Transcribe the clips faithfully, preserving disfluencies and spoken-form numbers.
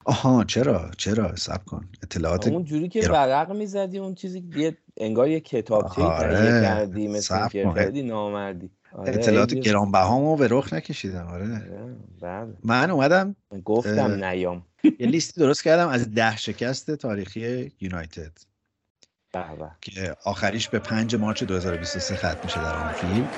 آها چرا چرا صبر کن اطلاعات اون جوری که گران. ورق میزدی اون چیزی یه انگار یه کتابچه‌ای تهیه آره کردی، مثل این صبر که کن خیلی نامردی. آره اطلاعات عیبی. گرانبهامو به رخ نکشیدم. آره آره بله. من اومدم گفتم نیام. یه لیستی درست کردم از ده شکست تاریخی یونایتد به به. که آخریش به پنج مارس دو هزار و بیست و سه ختم میشه در آنفیلد.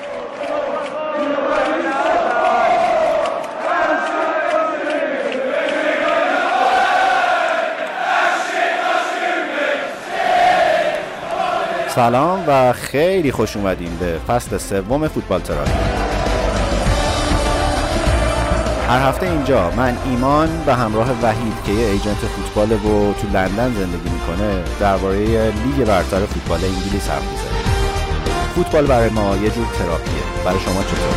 سلام و خیلی خوش اومدین به فصل سوم فوتبال تراپی. هر هفته اینجا من ایمان به همراه وحید که یه ایجنت فوتباله و تو لندن زندگی میکنه درباره لیگ برتر فوتبال انگلیس حرف میزنیم. فوتبال برای ما یه جور تراپیه. برای شما چطور؟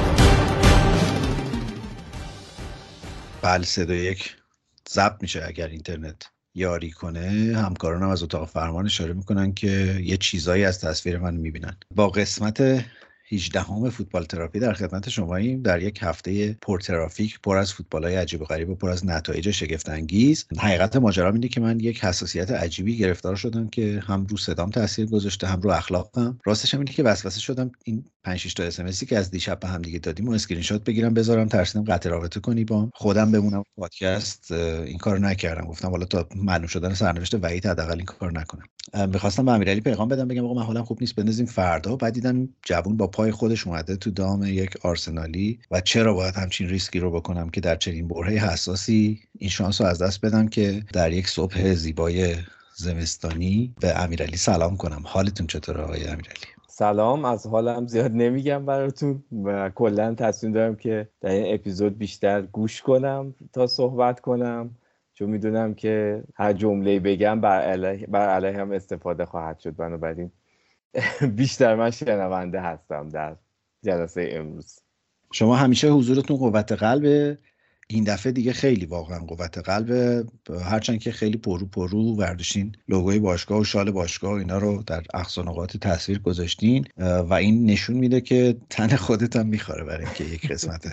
بله سه دو یک ضبط میشه اگر اینترنت یاری کنه. همکارانم از اتاق فرمان اشاره میکنن که یه چیزایی از تصویر من میبینن. با قسمت هجدهم فوتبال تراپی در خدمت شماییم در یک هفته پر ترافیک، پر از فوتبالای عجیب و غریب و پر از نتایج شگفت انگیز. حقیقت ماجرا اینه که من یک حساسیت عجیبی گرفتار شدم که هم رو صدام تاثیر گذاشته هم رو اخلاقم. راستش هم اینه که وسوسه شدم این پنج شش تا اس ام اسی که از دیشب به هم دیگه دادیم و اسکرین شات بگیرم بذارم، ترسیدم قطع رابطه کنی با خودم بمونم پادکست. این کارو نکردم، گفتم حالا تا معلوم شدن سرنوشت وحید حداقل این کار نکنم. می‌خواستم به امیرعلی پیغام بدم بگم آقا من حالم خوب نیست بندازیم فردا. بعد دیدم جوون با پای خودش اومده تو دام یک آرسنالی و چرا باید همچین ریسکی رو بکنم که در چنین برهه حساسی این شانس رو از دست بدم که در یک صبح زیبای زمستانی به امیرعلی سلام کنم. حالتون چطوره آقای امیرعلی؟ سلام. از حالم زیاد نمیگم براتون و کلا تصمیم دارم که در این اپیزود بیشتر گوش کنم تا صحبت کنم، چون میدونم که هر جمله‌ای بگم بر علیه بر علیه هم استفاده خواهد شد. بنابراین بیشتر من شنونده هستم در جلسه امروز. شما همیشه حضورتون قوت قلب، این دفعه دیگه خیلی واقعا قوت قلب، هرچند که خیلی پرو پرو ورداشین لوگوی باشگاه و شال باشگاه و اینا رو در اقصا نقاط تصویر گذاشتین و این نشون میده که تن خودت هم میخوره برای اینکه یک قسمت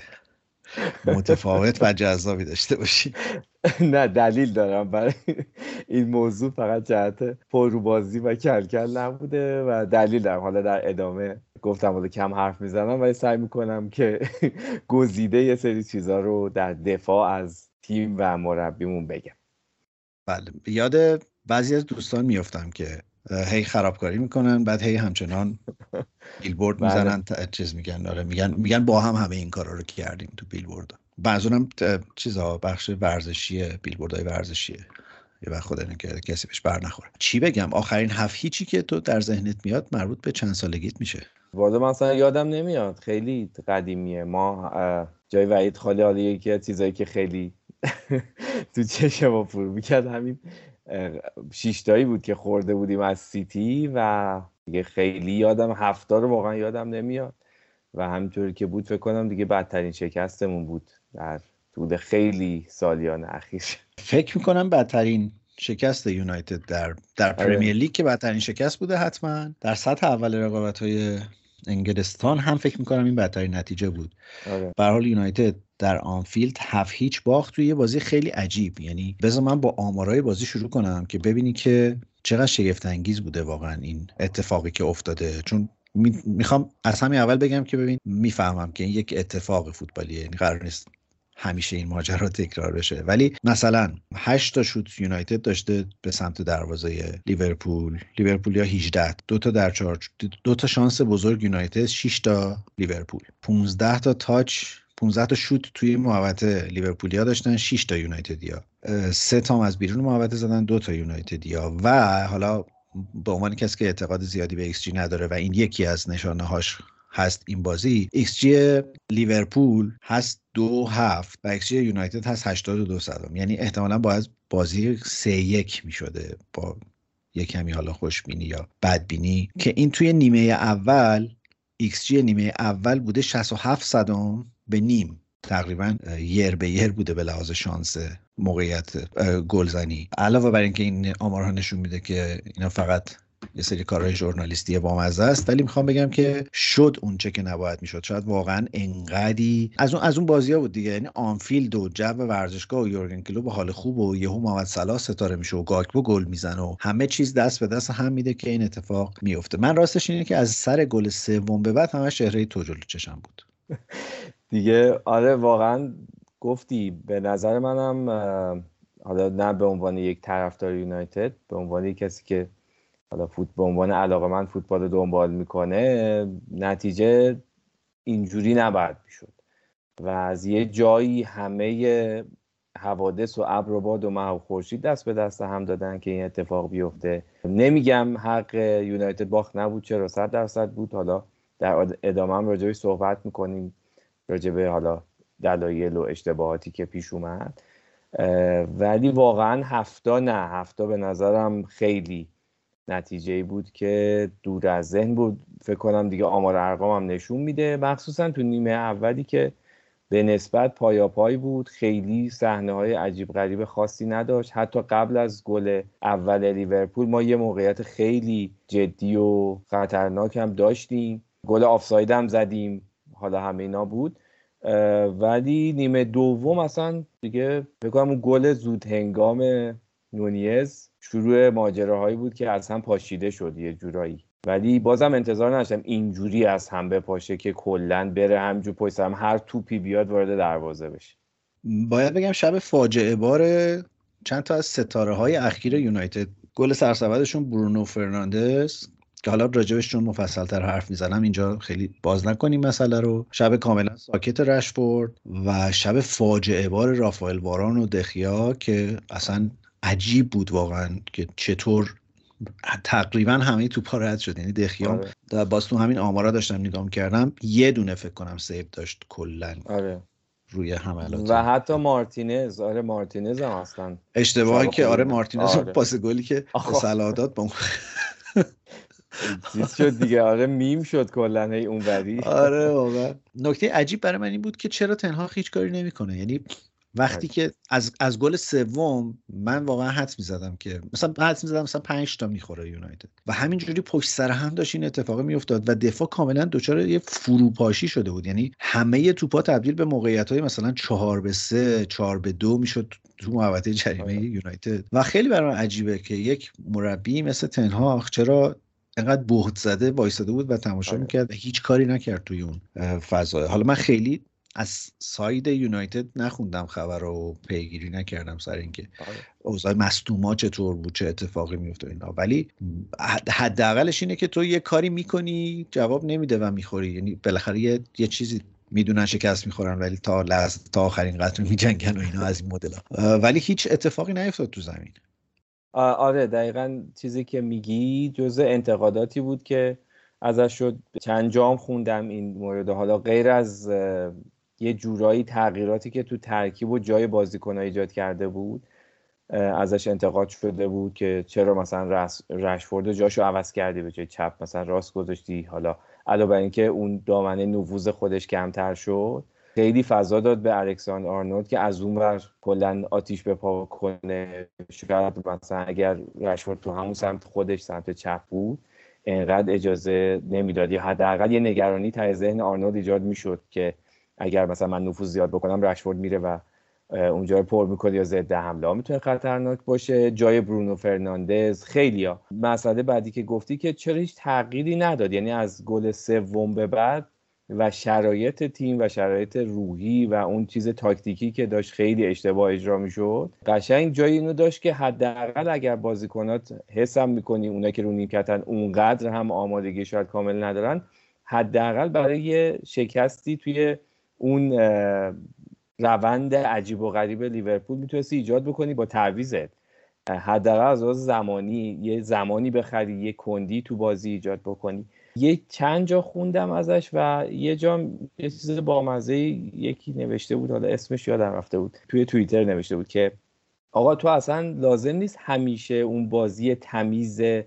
متفاوت و جذابی داشته باشی. نه دلیل دارم برای این موضوع، فقط جهت پروبازی و کلکل نبوده و دلیل دارم. حالا در ادامه گفتم حالا کم حرف میزنم ولی سعی میکنم که گزیده یه سری چیزا رو در دفاع از تیم و مربیمون بگم. بله یاد بعضی از دوستان میافتم که هی خرابکاری میکنن بعد هی همچنان بیلبورد میزنن چیز میگن. آره میگن میگن با هم همه این کارا رو کردیم تو بیلبورد. بعضونم چیزا بخش ورزشیه، بیلبوردهای ورزشیه، یه وقت خدا نکنه کسی بهش بر نخوره. چی بگم آخرین هفت هیچی که تو در ذهنت میاد مربوط به چند سالگیت میشه؟ والا مثلا یادم نمیاد، خیلی قدیمیه. ما جای وحید خالی، حالا یکی از چیزایی که خیلی تو چشم فرو میکرد همین شیشتایی بود که خورده بودیم از سیتی و دیگه خیلی یادم هفتا رو واقعا یادم نمیاد و همینطوری که بود فکر کنم دیگه بدترین شکستمون بود در طول خیلی سالیان اخیر. فکر میکنم بدترین شکست یونایتد در در پرمیر لیگ که بدترین شکست بوده. حتما در سطح اول رقابت‌های انگلستان هم فکر میکنم این بدترین نتیجه بود. به هر حال یونایتد در آنفیلد هفت هیچ باخت توی یه بازی خیلی عجیب. یعنی بذار من با آمارای بازی شروع کنم که ببینی که چقدر شگفت انگیز بوده واقعا این اتفاقی که افتاده. چون میخوام از همین اول بگم که ببین میفهمم که این یک اتفاق فوتبالیه، یعنی قرار نیست همیشه این ماجرا تکرار بشه، ولی مثلا هشت تا شوت یونایتد داشته به سمت دروازه لیورپول، لیورپولیا هجده، دو تا در چارچ، دو تا شانس بزرگ یونایتد، شش تا لیورپول، پانزده تا تاچ، پانزده تا شوت توی محوطه لیورپولیا داشتن، شش تا یونایتدیا، سه تا از بیرون محوطه زدن، دو تا یونایتدیا. و حالا به عنوان کسی که اعتقاد زیادی به ایکس جی نداره و این یکی از نشانه هاش هست این بازی، ایکس جی لیورپول هست دو هفت و ایکس جی یونایتد هست هشتاد و دو صدم. یعنی احتمالاً باید بازی سه یک میشده با یک کمی حالا خوشبینی یا بدبینی، که این توی نیمه اول ایکس جی نیمه اول بوده شصت و هفت صدم به نیم، تقریبا یر به یر بوده به لحاظ شانس موقعیت گلزنی. علاوه بر اینکه این آمارها نشون میده که اینا فقط یه سری کارهای ژورنالیستی بامزه است، ولی میخوام بگم که شد اون چه که نباید میشد. شاید واقعا انقدی از اون از اون بازی‌ها بود دیگه، یعنی آنفیلد و جو ورزشگاه و یورگن کلوپ حال خوب و یهو محمد صلاح ستاره میشه و گاکپو گل میزنه و همه چیز دست به دست هم میده که این اتفاق میفته. من راستش اینه که از سر گل سوم به بعد همش چهره تو جلو چشم بود دیگه. آره واقعا گفتی. به نظر منم حالا نه به عنوان یک طرفدار یونایتد، به عنوان یک کسی که حالا فوت به عنوان علاقه‌مند فوتبال رو دنبال میکنه، نتیجه اینجوری نباید میشد و از یه جایی همه حوادث و ابر و باد و مه و خورشید دست به دست هم دادن که این اتفاق بیفته. نمیگم حق یونایتد باخت نبود، چرا، صد درصد بود. حالا در ادامه هم راجعش صحبت میکنیم، راجع به حالا دلایل و اشتباهاتی که پیش اومد. ولی واقعا هفتا نه هفتا به نظرم خیلی نتیجه‌ای بود که دور از ذهن بود. فکر کنم دیگه آمار ارقام هم نشون میده، مخصوصا تو نیمه اولی که به نسبت پایاپای بود، خیلی صحنه‌های عجیب غریب خاصی نداشت. حتی قبل از گل اول لیورپول ما یه موقعیت خیلی جدی و خطرناک هم داشتیم، گل آفساید هم زدیم، حالا همه اینا بود. ولی نیمه دوم اصلا دیگه فکر کنم اون گل زود هنگام نونیز شروع ماجراهایی بود که اصلا پاشیده شد یه جورایی. ولی بازم انتظار نداشتم اینجوری از هم بپاشه که کلاً بره همجور پشت سر هم هر توپی بیاد وارد دروازه بشه. باید بگم شب فاجعه بار چند تا از ستاره های اخیر یونایتد، گل سرسبدشون برونو فرناندز که حالا راجبش چون مفصل تر حرف میزنم اینجا خیلی باز نکنیم مسئله رو، شب کاملا ساکت رشفورد و شب فاجعه بار رافائل واران و دخیا که اصلا عجیب بود واقعا که چطور تقریبا همه توپا رد شد. یعنی دخیا آره. باز تو همین آمارا داشتم نگاه کردم، یه دونه فکر کنم سیو داشت کلا آره. روی حملات و حتی مارتینز آره مارتینز هم اصلا اشتباهی که آره مارتینز آره. پاس گلی که صلاح داد با چیز شد دیگه، آره میم شد کلا هی اونوری. آره واقعا نکته عجیب برای من این بود که چرا تنها هیچ کاری نمیکنه. یعنی وقتی که از از گل سوم من واقعا حدس می‌زدم که مثلا حدس می‌زدم مثلا پنج تا میخوره یونایتد و همینجوری پشت سر هم داشت این اتفاق میافتاد و دفاع کاملا دچار یه فروپاشی شده بود. یعنی همه توپا تبدیل به موقعیت‌های مثلا چهار به سه، چهار به دو میشد تو محوطه جریمه یونایتد و خیلی برام عجیبه که یک مربی مثل تنهاخ چرا انقدر بهت زده وایساده بود و تماشا می‌کرد، هیچ کاری نکرد توی اون فضا. حالا من خیلی از ساید یونایتد نخوندم خبر رو، پیگیری نکردم سر اینکه اوضاع مصدوما چطور بود، چه اتفاقی میفته اینا، ولی حداقلش اینه که تو یه کاری میکنی جواب نمیده و میخوری. یعنی بالاخره یه, یه چیزی میدونن شکست میخورن ولی تا لحظه تا آخرین قطره میجنگن و اینا از این مدل‌ها، ولی هیچ اتفاقی نیفتاد تو زمین. آره دقیقاً چیزی که میگی جزء انتقاداتی بود که ازش شد. چند جام خوندم این مورد، حالا غیر از یه جورایی تغییراتی که تو ترکیب و جای بازیکن‌ها ایجاد کرده بود ازش انتقاد شده بود که چرا مثلا رشفورد جاشو عوض کردی به جای چپ مثلا راست گذاشتی، حالا علاوه بر اینکه اون دامنه نفوذ خودش کمتر شد خیلی فضا داد به الکساندر آرنولد که از اون ور کلا آتیش به پا کنه. شاید مثلا اگر رشفورد تو همون سمت خودش سمت چپ بود اینقدر اجازه نمیداد، یا حداقل یه نگرانی ته ذهن آرنولد ایجاد میشد که اگر مثلا من نفوذ زیاد بکنم رشفورد میره و اونجا رو پر میکنه یا ضد حمله ها میتونه خطرناک باشه جای برونو فرناندز. خیلیا مسئله بعدی که گفتی که چرا هیچ تغییری نداد، یعنی از گل سوم به بعد و شرایط تیم و شرایط روحی و اون چیز تاکتیکی که داشت خیلی اشتباه اجرا میشد. قشنگ جای اینو داشت که حداقل اگر بازیکنات حسم میکنی اونا که رو نیمکتن اونقدر هم آمادگی شاید کامل ندارن، حداقل برای یه شکستی توی اون روند عجیب و غریب لیورپول میتونستی ایجاد بکنی با تعویضت. حداقل از لحاظ زمانی یه زمانی بخری، یه کندی تو بازی ایجاد بکنی. یه چند جا خوندم ازش و یه جا یه چیز بامزه یکی نوشته بود، حالا اسمش یادم رفته بود، توی توییتر نوشته بود که آقا تو اصلا لازم نیست همیشه اون بازی تمیز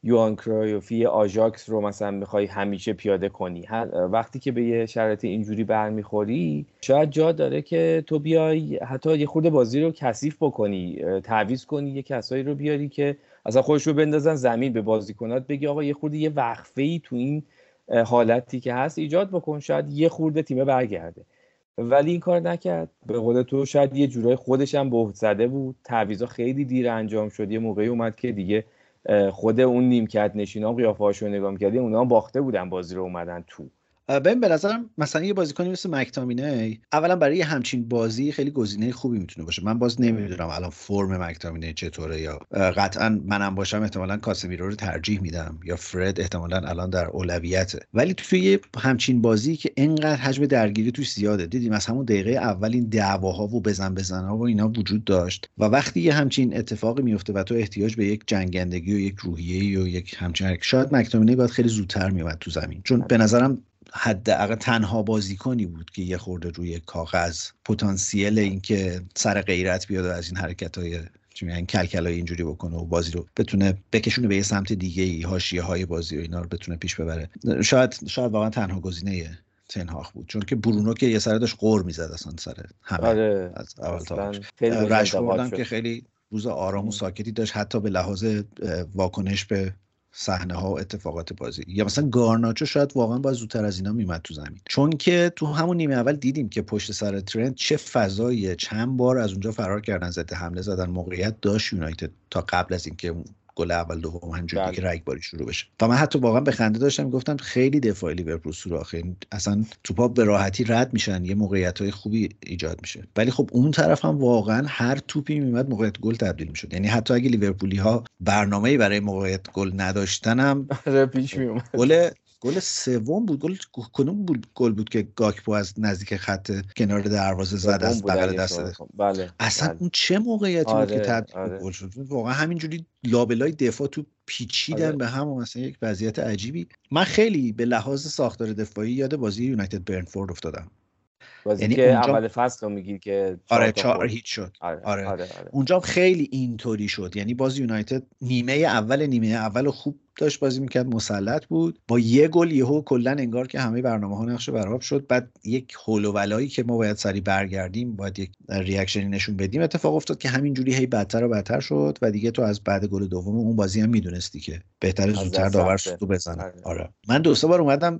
یوهان کرویف یه آژاکس رو مثلا میخوای همیشه پیاده کنی. وقتی که به یه شرایط اینجوری برمیخوری شاید جا داره که تو بیای حتی یه خورده بازی رو کثیف بکنی، تعویض کنی، یه کسایی رو بیاری که اصلا خودش رو بندازن زمین، به بازیکنات بگی آقا یه خورده یه وقفه‌ای تو این حالتی که هست ایجاد بکن، شاید یه خورده تیم برگرده. ولی این کار نکرد. به قول تو شاید یه جورای خودش هم بهت زده بود، تعویضا خیلی دیر انجام شد. یه موقعی اومد که دیگه خود اون نیمکت نشینا قیافه‌هاشو نگاه می‌کردی اونا هم باخته بودن بازی رو، اومدن تو. ببین به نظرم مثلا یه بازیکنی مثل مک‌تامینی اولا برای یه همچین بازی خیلی گزینه خوبی میتونه باشه. من باز نمیدونم الان فرم مک‌تامینی چطوره، یا قطعا منم باشم احتمالاً کاسمیرو رو ترجیح میدم یا فرد احتمالاً الان در اولویته. ولی توی یه همچین بازی که اینقدر حجم درگیری توش زیاده، دیدیم از همون دقیقه اول این دعواها و بزن بزن‌ها و اینا وجود داشت و وقتی یه همچین اتفاقی میفته و تو احتیاج به یک جنگندگی و یک روحیه‌ای و یک همچین، شاید مک‌تامینی باید خیلی زودتر میومد تو زمین، چون به نظرم حداقل تنها بازیکنی بود که یه خورده روی کاغذ پتانسیل این که سر غیرت بیاد و از این حرکت‌های چی میگن کلکلای اینجوری بکنه و بازی رو بتونه بکشونه به یه سمت دیگه ای، حاشیه‌های بازی و اینا رو بتونه پیش ببره. شاید شاید واقعا تنها گزینه تنهاخ بود، چون که برونو که یه سره داشت قور میزد اصلا سر همه. آره از اول تا آخر. خیلی رشفورد که خیلی روز آرام و ساکتی داشت حتی به لحاظ واکنش به صحنه ها و اتفاقات بازی. یا مثلا گارناچو شاید واقعا باید زودتر از اینا میمد تو زمین، چون که تو همون نیمه اول دیدیم که پشت سر ترنت چه فضاییه، چند بار از اونجا فرار کردن، ضد حمله زدن، موقعیت داشت یونایتد تا قبل از اینکه گل اول دوم همینجوری که رگباری شروع بشه. و من حتی واقعا به خنده داشتم گفتم خیلی دفاعی لیورپول سوراخه، اصلا توپا به راحتی رد میشن، یه موقعیت‌های خوبی ایجاد میشه. ولی خب اون طرف هم واقعا هر توپی میومد موقعیت گل تبدیل میشد. یعنی حتی اگه لیورپولی‌ها برنامه‌ای برای موقعیت گل نداشتن هم پیش میومد. گل گل سوم بود، گل کدوم بود گل بود که گاکپو از نزدیک خط کنار دروازه زد از بغل دست. بله اصلا بله. اون چه موقعیتی آره، بود که تبدیل آره. گل شد. واقعا همینجوری لابلای دفاع تو پیچیدن آره. به هم و مثلا یک وضعیت عجیبی. من خیلی به لحاظ ساختار دفاعی یاد بازی یونایتد برنفورد افتادم. بازی یعنی که اونجا... اول فصل رو میگی که آره چهار هیچ شد. آره. آره. آره. آره. اونجا خیلی اینطوری شد. یعنی باز یونایتد نیمه اول نیمه اول خوب داشت بازی میکرد، مسلط بود، با یه گل یهو کلا انگار که همه برنامه‌ها نقش برآب شد. بعد یک هول و ولایی که ما باید سری برگردیم، باید یک ریاکشنی نشون بدیم، اتفاق افتاد که همینجوری هی بدتر و بدتر شد و دیگه تو از بعد گل دوم اون بازی هم میدونستی که بهتره زودتر داور تو بزنه. آره. آره. من دو سه بار اومدم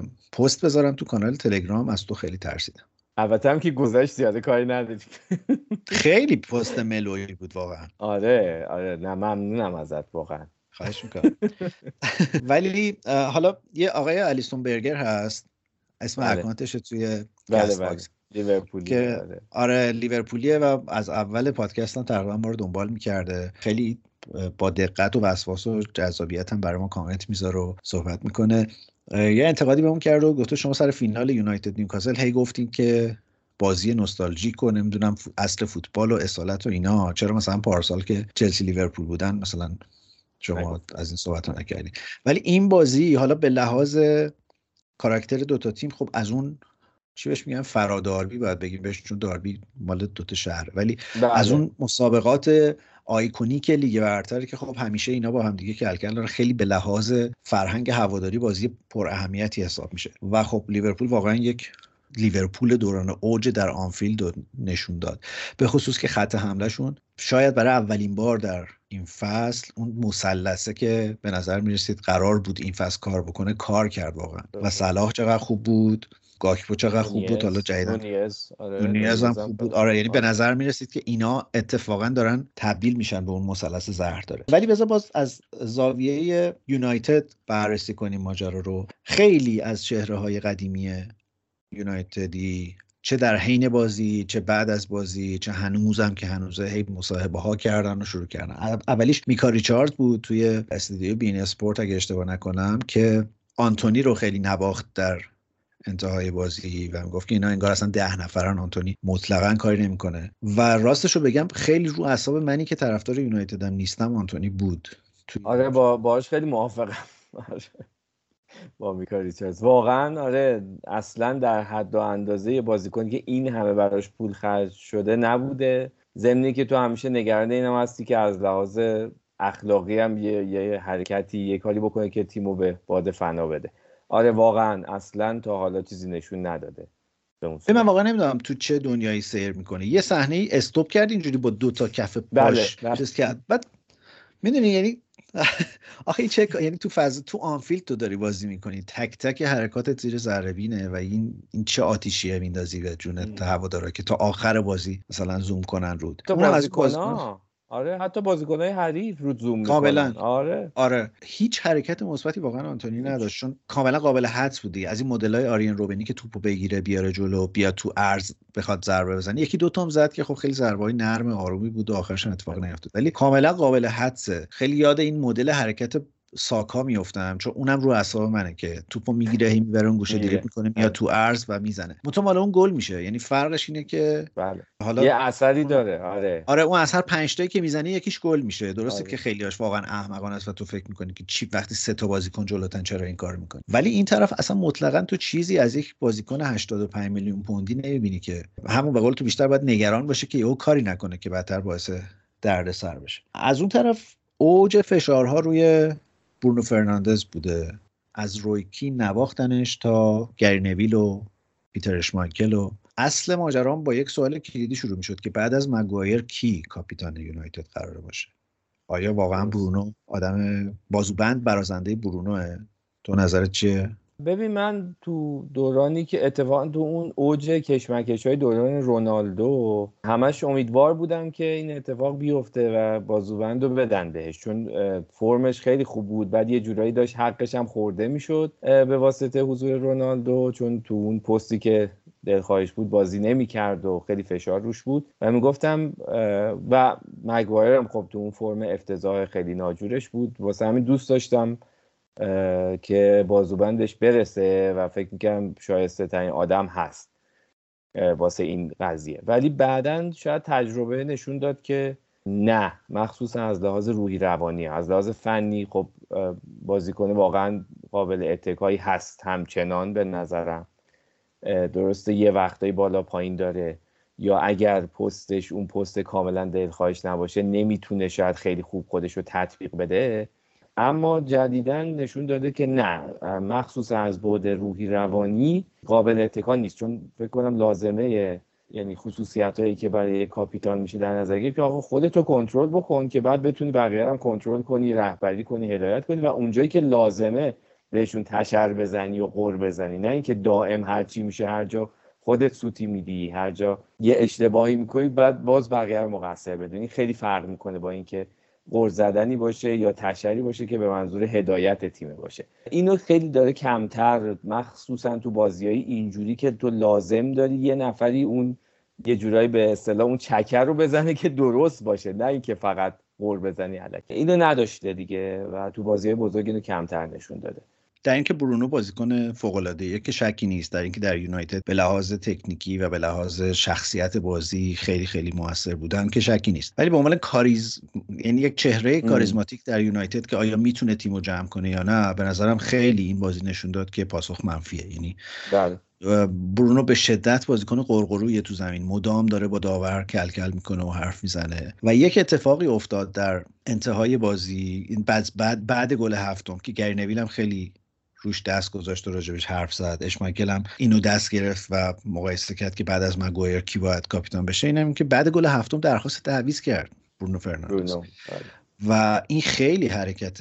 پست بذارم تو کانال تلگرام، از تو خیلی ترسیدم. البته هم که گذشت زیاده کاری نداری. خیلی پست ملویی بود واقعا. آره آره نه ممنونم ازت واقعا. خواهش میکنم. ولی حالا یه آقای الیسون برگر هست، اسم بله. اکانتش توی بله بله لیورپولی که آره لیورپولیه و از اول پادکست هم تقریبا ما رو دنبال میکرده، خیلی با دقت و وسواس و جذابیت هم برای ما کامنت میذاره و صحبت میکنه. یه انتقادی بهمون کرد و گفت شما سر فینال یونایتد نیوکاسل هی گفتین که بازی نوستالژیک و نمیدونم اصل فوتبال و اصالت و اینا، چرا مثلا پارسال که چلسی لیورپول بودن مثلا شما از این صحبت ها نکردین؟ ولی این بازی حالا به لحاظ کاراکتر دوتا تیم خب از اون چی بهش میگن فراداربی باید بگیم بهش، چون داربی مال دوتا شهر، ولی بله. از اون مسابقات آیکونیک لیگ برتر که خب همیشه اینا با هم دیگه کلکل دارن، خیلی به لحاظ فرهنگ هواداری بازی پر اهمیتی حساب میشه و خب لیورپول واقعا یک لیورپول دوران اوج در آنفیلد نشون داد، به خصوص که خط حملهشون شاید برای اولین بار در این فصل اون مثلثه که به نظر میرسید قرار بود این فصل کار بکنه کار کرد واقعا. و صلاح چقدر خوب بود، گاکپو چقدر خوب بود، حالا جدیدن نونیز آره نونیز هم خوب بود. آره یعنی به نظر میرسید که اینا اتفاقا دارن تبدیل میشن به اون مثلث زهر داره. ولی بذار باز از زاویه یونایتد بررسی کنیم ماجرا رو. خیلی از چهره‌های قدیمی یونایتدی چه در حین بازی چه بعد از بازی چه هنوزم که هنوزه هی مصاحبه ها کردن و شروع کردن. اولیش میکا ریچارد بود توی استودیو بین اسپورت اگه اشتباه نکنم که آنتونی رو خیلی نواخت در انتهای بازی و میگفت که اینا انگار اصلا ده نفرن، آنتونی مطلقاً کاری نمیکنه. و راستش رو بگم خیلی رو اعصاب منی که طرفدار یونایتدم نیستم آنتونی بود. آره با باهاش خیلی موافقم. با میکا ریچاردز واقعا آره اصلا در حد و اندازه بازیکنی که این همه براش پول خرج شده نبوده. ضمنی که تو همیشه نگران اینم هستی که از لحاظ اخلاقی هم یه, یه حرکتی یه کاری بکنه که تیمو به باد فنا بده. آره واقعا اصلا تا حالا چیزی نشون نداده. من واقعا نمیدونم تو چه دنیایی سیر میکنه. یه صحنه ای استوب کرد اینجوری با دو تا کف پاش بله. چیز کرد. بعد میدونی یعنی آخه چه یعنی تو فاز تو آنفیلد تو داری بازی میکنی، تک تک حرکاتت زیر ذره بینه و این این چه آتیشیه میندازی به جون هوادارا که تا آخر بازی مثلا زوم کنن رود. اونم از بازیکن‌ها. آره حتی بازیکن‌های حریف رو زوم میکنن. آره آره هیچ حرکت مثبتی واقعا آنتونی نداشت، چون کاملا قابل حدس بود دیگه. از این مدل‌های آریان روبنی که توپو بگیره بیاره جلو بیا تو عرض بخواد ضربه بزنه، یکی دو تا هم زد که خب خیلی ضربه‌های نرم آرومی بود و آخرش اتفاق نیفتاد، ولی کاملا قابل حدسه. خیلی یاد این مدل حرکت ساکا میافتم، چون اونم رو اعصاب منه که توپو میگیره هی میبره اون گوشه دیریب میکنه میاد تو عرض و میزنه. مطمئن حالا اون گل میشه، یعنی فرقش اینه که بله. حالا یه اثری داره. آره آره اون اثر پنج تایی که میزنه یکیش گل میشه. درسته آره. که خیلیاش واقعا احمقانه است و تو فکر میکنی که چی وقتی سه تا بازیکن جلوتن چرا این کارو میکنی، ولی این طرف اصلا مطلقاً تو چیزی از یک بازیکن هشتاد و پنج میلیون پوندی نمیبینی که همون به قول تو بیشتر باید نگران باشه که یهو کاری نکنه که بدتر باعث دردسر بشه. از اون طرف اوج فشارها روی برونو فرناندز بوده. از روی کین نواختنش تا گری نویل و پیتر اشمایکل و اصل ماجرام با یک سوال کلیدی شروع میشد که بعد از مگوایر کی کاپیتان یونایتد قراره باشه؟ آیا واقعا برونو آدم بازوبند برازنده برونوه؟ تو نظرت چیه؟ ببین من تو دورانی که اتفاقا تو اون اوج کشمکش‌های دوران رونالدو همش امیدوار بودم که این اتفاق بیفته و بازوبند رو بدن بهش، چون فرمش خیلی خوب بود. بعد یه جورایی داشت حقش هم خورده میشد به واسطه حضور رونالدو، چون تو اون پستی که دلخواهش بود بازی نمی‌کرد و خیلی فشار روش بود و میگفتم و مگوایر هم خب تو اون فرم افتضاح خیلی ناجورش بود، واسه همین دوست داشتم که بازوبندش برسه و فکر میکنم شایسته ترین آدم هست واسه این قضیه. ولی بعدن شاید تجربه نشون داد که نه، مخصوصا از لحاظ روحی روانی، از لحاظ فنی خب بازیکن واقعا قابل اتکایی هست همچنان به نظرم. درسته یه وقتایی بالا پایین داره، یا اگر پستش اون پست کاملا دلخواهش نباشه نمیتونه شاید خیلی خوب خودش رو تطبیق بده، اما جدیداً نشون داده که نه، مخصوصا از بعد روحی روانی قابل اتکا نیست. چون فکر کنم لازمه یعنی خصوصیتایی که برای کاپیتان میشه در نظر گرفت که آقا خودتو کنترل بکن که بعد بتونی بقیه رو کنترل کنی، رهبری کنی، هدایت کنی و اونجایی که لازمه بهشون تشر بزنی و قر بزنی، نه اینکه دائم هر چی میشه هر جا خودت سوتی میدی، هر جا یه اشتباهی میکنی بعد باز بقیه رو مقصر بدونی. خیلی فرق میکنه با اینکه قرض زدنی باشه یا تشری باشه که به منظور هدایت تیم باشه. اینو خیلی داره کمتر، مخصوصا تو بازیای اینجوری که تو لازم داری یه نفری اون یه جورایی به اصطلاح اون چکر رو بزنه که درست باشه، نه اینکه فقط قرض بزنی الکی. اینو نداشته دیگه و تو بازیای بزرگ اینو کمتر نشون داده. در اینکه برونو بازیکن فوق‌العاده‌ایه که شکی نیست، در اینکه در یونایتد به لحاظ تکنیکی و به لحاظ شخصیت بازی خیلی خیلی موثر بودن که شکی نیست، ولی به عنوان کاریز یعنی یک چهره کاریزماتیک در یونایتد که آیا میتونه تیمو جمع کنه یا نه، به نظرم خیلی این بازی نشون داد که پاسخ منفیه. یعنی بله برونو به شدت بازیکن قرقرویه تو زمین، مدام داره با داور کل کل میکنه و حرف میزنه و یک اتفاقی افتاد در انتهای بازی این بعد بعد, بعد گل هفتم که گری نویل هم خیلی روش دست گذاشت و راجبش حرف زد، اشمایکل هم اینو دست گرفت و مقایسه کرد که بعد از مگوایر کی باید کاپیتان بشه. اینم که بعد گل هفتم درخواست تعویض کرد برونو فرناندز و این خیلی حرکت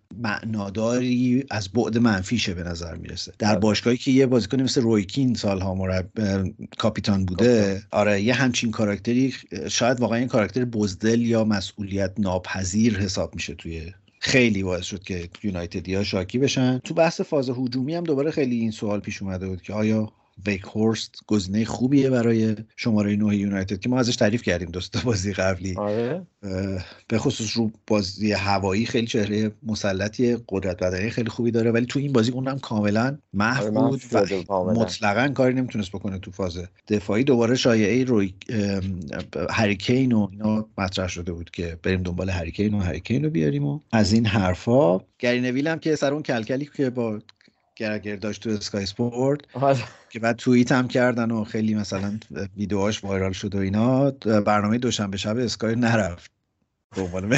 معناداری از بعد منفیشه به نظر میرسه در باشگاهی که یه بازیکنی مثل روی کین سالها مرب کاپیتان بوده. آره یه همچین کاراکتری شاید واقعا این کاراکتر بزدل یا مسئولیت ناپذیر حساب میشه توی، خیلی باعث شد که یونایتدی‌ها شاکی بشن. تو بحث فاز هجومی هم دوباره خیلی این سوال پیش اومده بود که آیا ویکهورست گزینه خوبیه برای شماره نه یونایتد که ما ازش تعریف کردیم دوست بازی قبلی. آره. به خصوص رو بازی هوایی خیلی چهره مسلطی، قدرت بدنی خیلی خوبی داره، ولی تو این بازی اونم کاملا محو بود و مطلقاً کاری نمیتونست بکنه تو فاز دفاعی. دوباره شایعه روی هری کین و اینا مطرح شده بود که بریم دنبال هری کین و هری کین رو بیاریم و از این حرفا. گری نویل هم که سر اون کلکلی که با گرگر داشت تو اسکای اسپورت که بعد توییت هم کردن و خیلی مثلا ویدیوهاش وایرال شد و اینا، برنامه دوشنبه شب اسکای نرفت به عنوان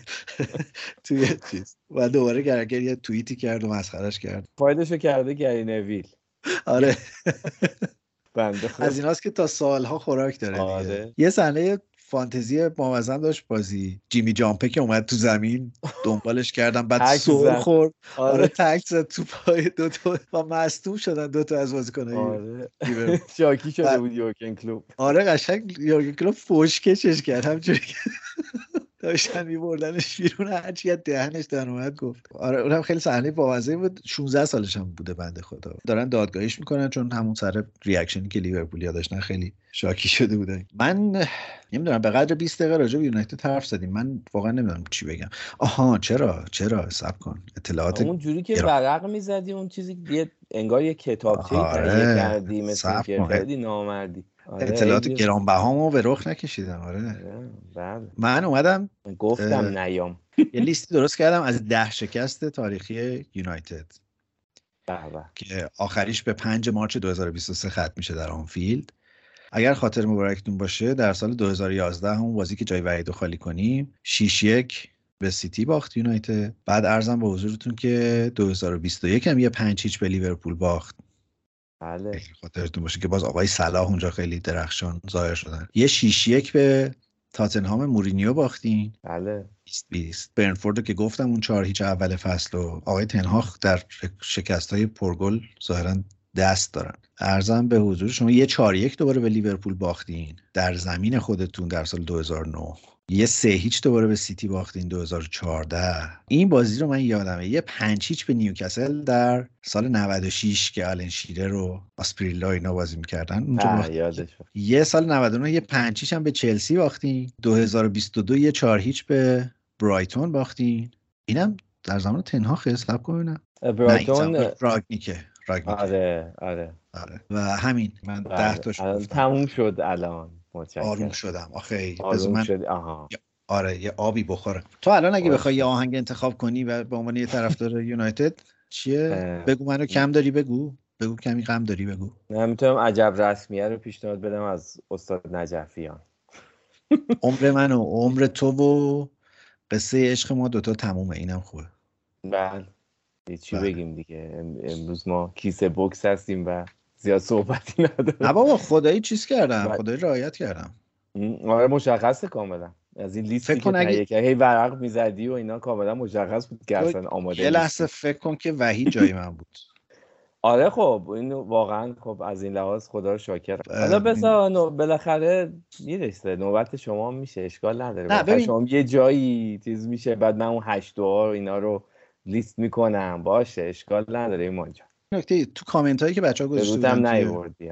توی چیز و دوباره گرگر یه توییتی کرد و مسخرش کرد. فایلشو کرده گری نویل. آره بنده خدا از ایناست که تا سالها خوراک داره دیگه. آره. یه صحنه فانتزی بامزه داشت بازی، جیمی جامپه که اومد تو زمین دنبالش کردن بعد سر خورد. آره تک زد تو پای دو تا و مصدوم شدن دو تا از بازیکن‌های. آره شاکی شده بود یورگن کلوپ. آره قشنگ یورگن کلوپ فوش کشش کرد همینجوری داشتن می‌بردنش بیرون هرچی از دهنش در اومد گفت. آره اونم خیلی صحنه بامزه بود. شانزده سالش هم بوده بنده خدا. دارن دادگاهیش میکنن چون همون سر ریاکشنی که لیورپولیا داشتن خیلی شاکی شده بودن. من نمیدونم به قدر بیست دقیقه راجع به یونایتد حرف زدیم، من واقعا نمیدونم چی بگم. آها چرا چرا صبر کن اطلاعات اون جوری که ورق میزدی اون چیزی یه انگار یه کتابچه‌ای تهیه کردی مثل که خیلی نامردی. آره اطلاعات گرانبهامو به رخ نکشیدم. آره بله من اومدم گفتم نیام یه لیستی درست کردم از ده شکست تاریخی یونایتد بله که آخریش به پنج مارس دو هزار و بیست و سه ختم میشه در آنفیلد. اگر خاطر مبارکتون باشه در سال دو هزار و یازده همون بازی که جای وحیدو خالی کنیم شش یک به سیتی باخت یونایتد. بعد عرضم به حضورتون که دو هزار و بیست و یک هم یه پنج هیچ به لیورپول باخت. بله خاطرتون باشه که باز آقای صلاح اونجا خیلی درخشان ظاهر شدن. یه شش یک به تاتنهام مورینیو باختین. بله بیست بیست. برنفورد که گفتم اون چهار هیچ اول فصل و آقای تنهاخ در شکست‌های پرگل ظاهراً دست دارن. عرضم به حضور شما یه چهار یک دوباره به لیورپول باختین در زمین خودتون در سال دو هزار و نه. یه سه هیچ دوباره به سیتی باختین دو هزار و چهارده. این بازی رو من یادمه. یه پنج هیچ به نیوکاسل در سال نود و شش که آلن شیرر و آسپریلا اینا بازی می‌کردن اونجا یادش. یه سال نود و نه یه پنج هیچ هم به چلسی باختین. دو هزار و بیست و دو یه چهار هیچ به برایتون باختین. اینم در زمان تنهاخ اسلاب کنم. برایتون راگنیکه راگنیکه. آره آره آره و همین من ده تاش تموم شد الان. آروم شدم آخه آروم من شد. آها آره یه آبی بخورم. تو الان اگه بخوای یه آهنگ انتخاب کنی و به عنوان یه طرفدار یونایتد چیه بگو منو کم داری بگو بگو کمی غم داری بگو. من میتونم عجب رسمیه رو پیشنهاد بدم از استاد نجفیان. عمر من و عمر تو و قصه عشق ما دوتا تمومه. اینم خوبه. بله چی بله. بگیم دیگه امروز ما کیسه بوکس هستیم و زیاد صحبتی ندارم. نه بابا خدایی چیز کردم خدایی رعایت کردم. آره مشخصه کاملا از این لیستی که تهیه کردی هی ورق میزدی و اینا کاملا مشخص بود که اصلا آماده. یه لحظه فکر کن که وحید جای من بود. آره خب این واقعا خب از این لحاظ خدا رو شاکر. حالا بذار نو... بالاخره میرسه نوبت شما میشه اشکال نداره. نه ببین شما یه جایی چیز میشه بعد من اون هشت دو اینا رو لیست میکنم باشه اشکال نداره. ایمان جان نکته تو کامنت هایی که بچه‌ها گذاشته بودن نیوردی.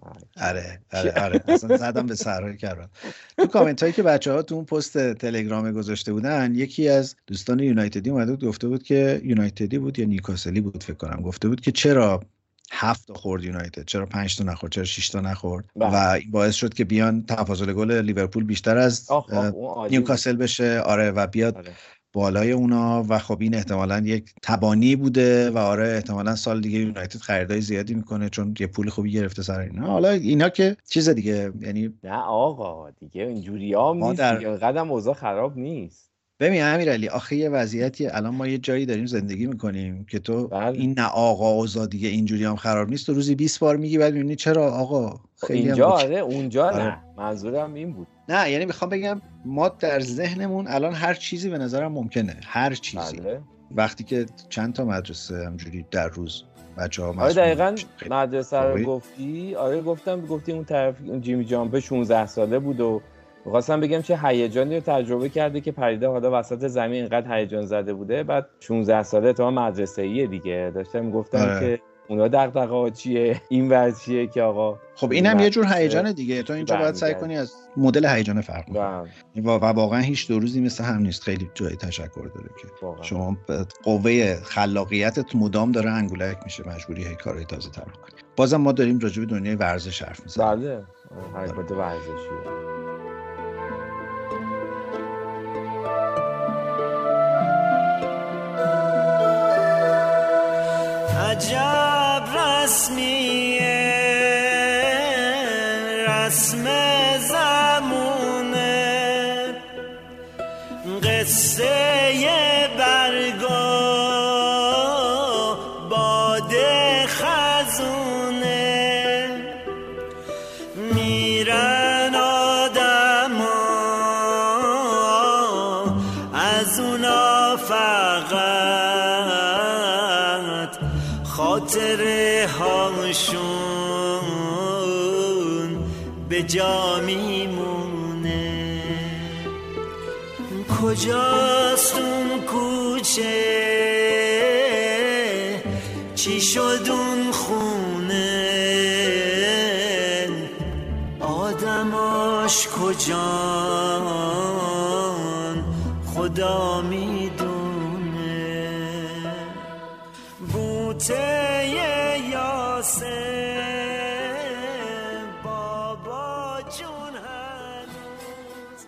آره آره آره اصلا زدم به سرهای کردم. تو کامنت هایی که بچه‌ها تو اون پست تلگرام گذاشته بودن یکی از دوستان یونایتدی اومده بود گفته بود که یونایتدی بود یا نیوکاسلی بود فکر کنم گفته بود که چرا هفت تا خورد یونایتد چرا پنج تا نخورد چرا شش تا نخورد و این باعث شد که بیان تفاضل گل لیورپول بیشتر از آخ آخ نیوکاسل بشه. آره و بیاد آره. بالای اونا و خب این احتمالاً یک تبانی بوده و آره احتمالاً سال دیگه یونایتد خریدای زیادی میکنه چون یه پول خوبی گرفته سر اینا. حالا اینا که چیز دیگه یعنی نه آقا دیگه اینجوریام نیست در... دیگه قدم اوضاع خراب نیست. ببین امیرعلی آخه یه وضعیتی الان ما یه جایی داریم زندگی میکنیم که تو بله. این نه آقا اوضاع دیگه اینجوری هم خراب نیست تو روزی بیست بار میگی بعد میبینی چرا آقا خیلی اینجا آره اونجا آره. نه منظورم این بود. نه یعنی میخوام بگم ما در ذهنمون الان هر چیزی به نظرم ممکنه هر چیزی بله. وقتی که چند تا مدرسه همجوری در روز بچه‌ها آره دقیقاً مدرسه رو گفتی. آره گفتم گفتی اون طرف جیمی جامپه شانزده ساله بود و می‌خواستم بگم چه هیجانی رو تجربه کرده که پریده حالا وسط زمین اینقدر هیجان زده بوده بعد شانزده ساله تا مدرسه‌ایه دیگه. داشتم میگفتم آره. که اونا دغدغه‌ها چیه این ور چیه که آقا خب اینم یه جور هیجان دیگه. تو اینجا باید سعی کنی از مدل هیجان فرق کنی و واقعا هیچ دو روزی مثل هم نیست. خیلی جای تشکر داره که واقعا. شما قوه خلاقیتت مدام داره انگولک میشه مجبوری هی کارهای تازه طراحی کنی. بازم ما داریم راجع به دنیای ورزش حرف میزنیم. بله حرکت ورزشی. عجب رسمیه رسم زمونه قصه برگا باد خزونه میرن آدما از اونا فقط خاطره هاشون به جا میمونه. کجاست اون کوچه چی شد اون خونه آدماش کجان خدا میدونه. بوته یاسه بابا جون هنوز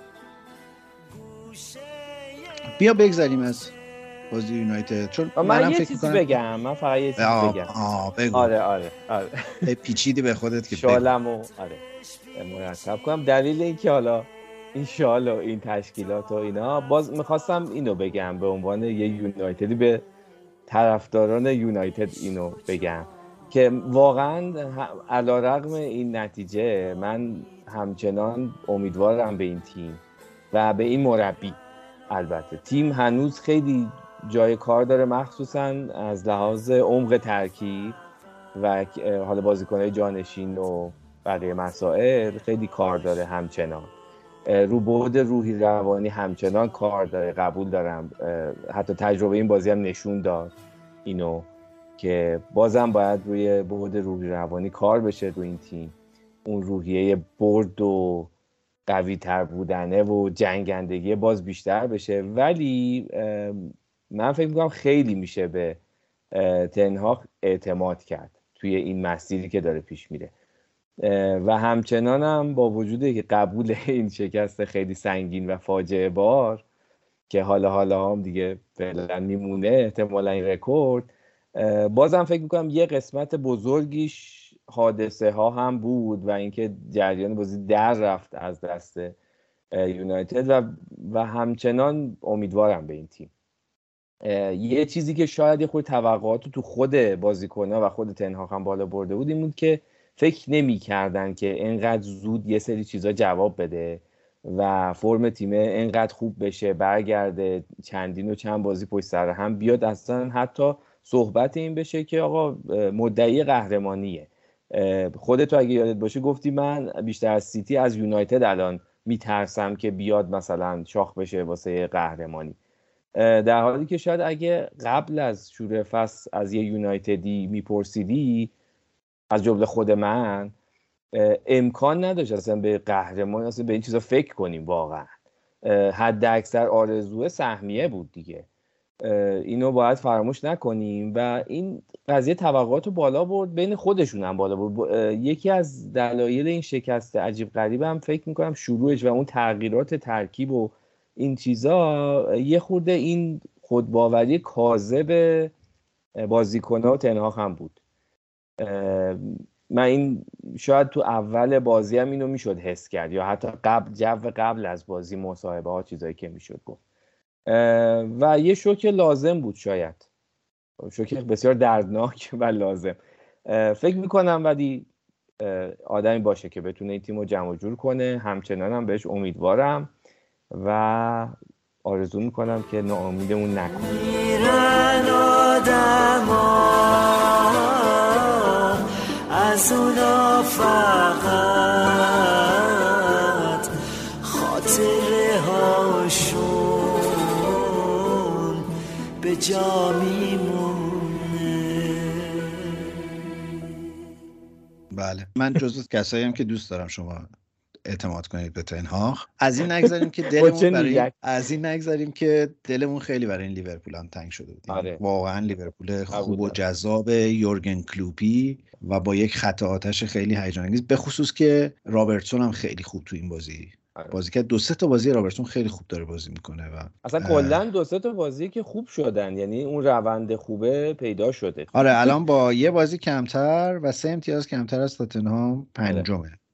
گوشه. بیا بگذاریم از بازی یونایتد، چون من منم یه فکر چیزی می‌کنم بگم من فقط یه چیزی آه بگم آه بگو. آره آره آره پیچیدی به خودت که شالمو آره مرتب کنم. دلیل این که حالا این شال و این تشکیلات و اینا، باز میخواستم اینو بگم به عنوان یه یونایتدی به طرفداران یونایتد اینو بگم که واقعا علیرغم این نتیجه من همچنان امیدوارم به این تیم و به این مربی. البته تیم هنوز خیلی جای کار داره، مخصوصا از لحاظ عمق ترکیب و حالا بازیکن‌های جانشین و بقیه مسائل خیلی کار داره. همچنان رو بعد روحی روانی همچنان کار داره، قبول دارم. حتی تجربه این بازی هم نشون داد اینو که بازم باید روی بعد روحی روانی کار بشه روی این تیم، اون روحیه برد و قوی تر بودنه و جنگندگی باز بیشتر بشه. ولی من فکر میکنم خیلی میشه به تن هاگ اعتماد کرد توی این مسیری که داره پیش میره و همچنان هم با وجودی که قبول این شکست خیلی سنگین و فاجعه بار که حالا حالا هم دیگه فعلا میمونه احتمالا این رکورد، بازم فکر میکنم یه قسمت بزرگیش حادثه ها هم بود و اینکه جریان بازی در رفت از دست یونایتد و و همچنان امیدوارم به این تیم. یه چیزی که شاید یه خورده توقعات تو خود بازیکن‌ها و خود تن هاگ هم بالا برده بود این بود که فکر نمی‌کردن که اینقدر زود یه سری چیزا جواب بده و فرم تیم اینقدر خوب بشه، برگرده چندین و چند بازی پشت سر هم بیاد اصلا حتی صحبت این بشه که آقا مدعی قهرمانیه. خودت اگه یادت باشه گفتی من بیشتر از سیتی از یونایتد الان میترسم که بیاد مثلا شاخ بشه واسه قهرمانی، در حالی که شاید اگه قبل از شروع فصل از یه یونایتدی میپرسیدی از جمله خود من امکان نداشت اصلا به قهرمانی اصلا به این چیزا فکر کنیم. واقعا حد اکثر آرزو سهمیه بود دیگه، اینو باید فراموش نکنیم و این قضیه توقعاتو بالا برد، بین خودشون هم بالا برد. یکی از دلایل این شکست عجیب غریب هم فکر میکنم شروعش و اون تغییرات ترکیب و این چیزا یه خورده این خودباوری کاذب بازیکن‌ها و تن هاگ هم بود. من این شاید تو اول بازی هم اینو میشد حس کرد یا حتی قبل جو قبل از بازی مصاحبه ها چیزایی که میشد گفت و یه شوک لازم بود، شاید شوک بسیار دردناک و لازم فکر میکنم، ولی آدمی باشه که بتونه این تیمو جمع جور کنه. همچنان هم بهش امیدوارم و آرزو میکنم که ناامیدمون نکنه. میرن آدما از اونا فقط خاطره هاشون به جا میمونه. بله من جزو کسایی هم که دوست دارم شما اعتماد کنید به تن هاگ. از این نگذاریم که دلمون برای از این نگذاریم که دلمون خیلی برای این لیورپول هم تنگ شده بود. آره. واقعا لیورپول خوب و جذاب یورگن کلوپی و با یک خط آتش خیلی هیجان انگیز، به خصوص که رابرتسون هم خیلی خوب تو این بازی آره. بازی که دو سه تا بازی رابرتسون خیلی خوب داره بازی میکنه و اصلا کلا دو سه تا بازی که خوب شدن، یعنی اون روند خوبه پیدا شده. آره الان با یه بازی کمتر و سه امتیاز کمتر از تاتنهام پنجمه.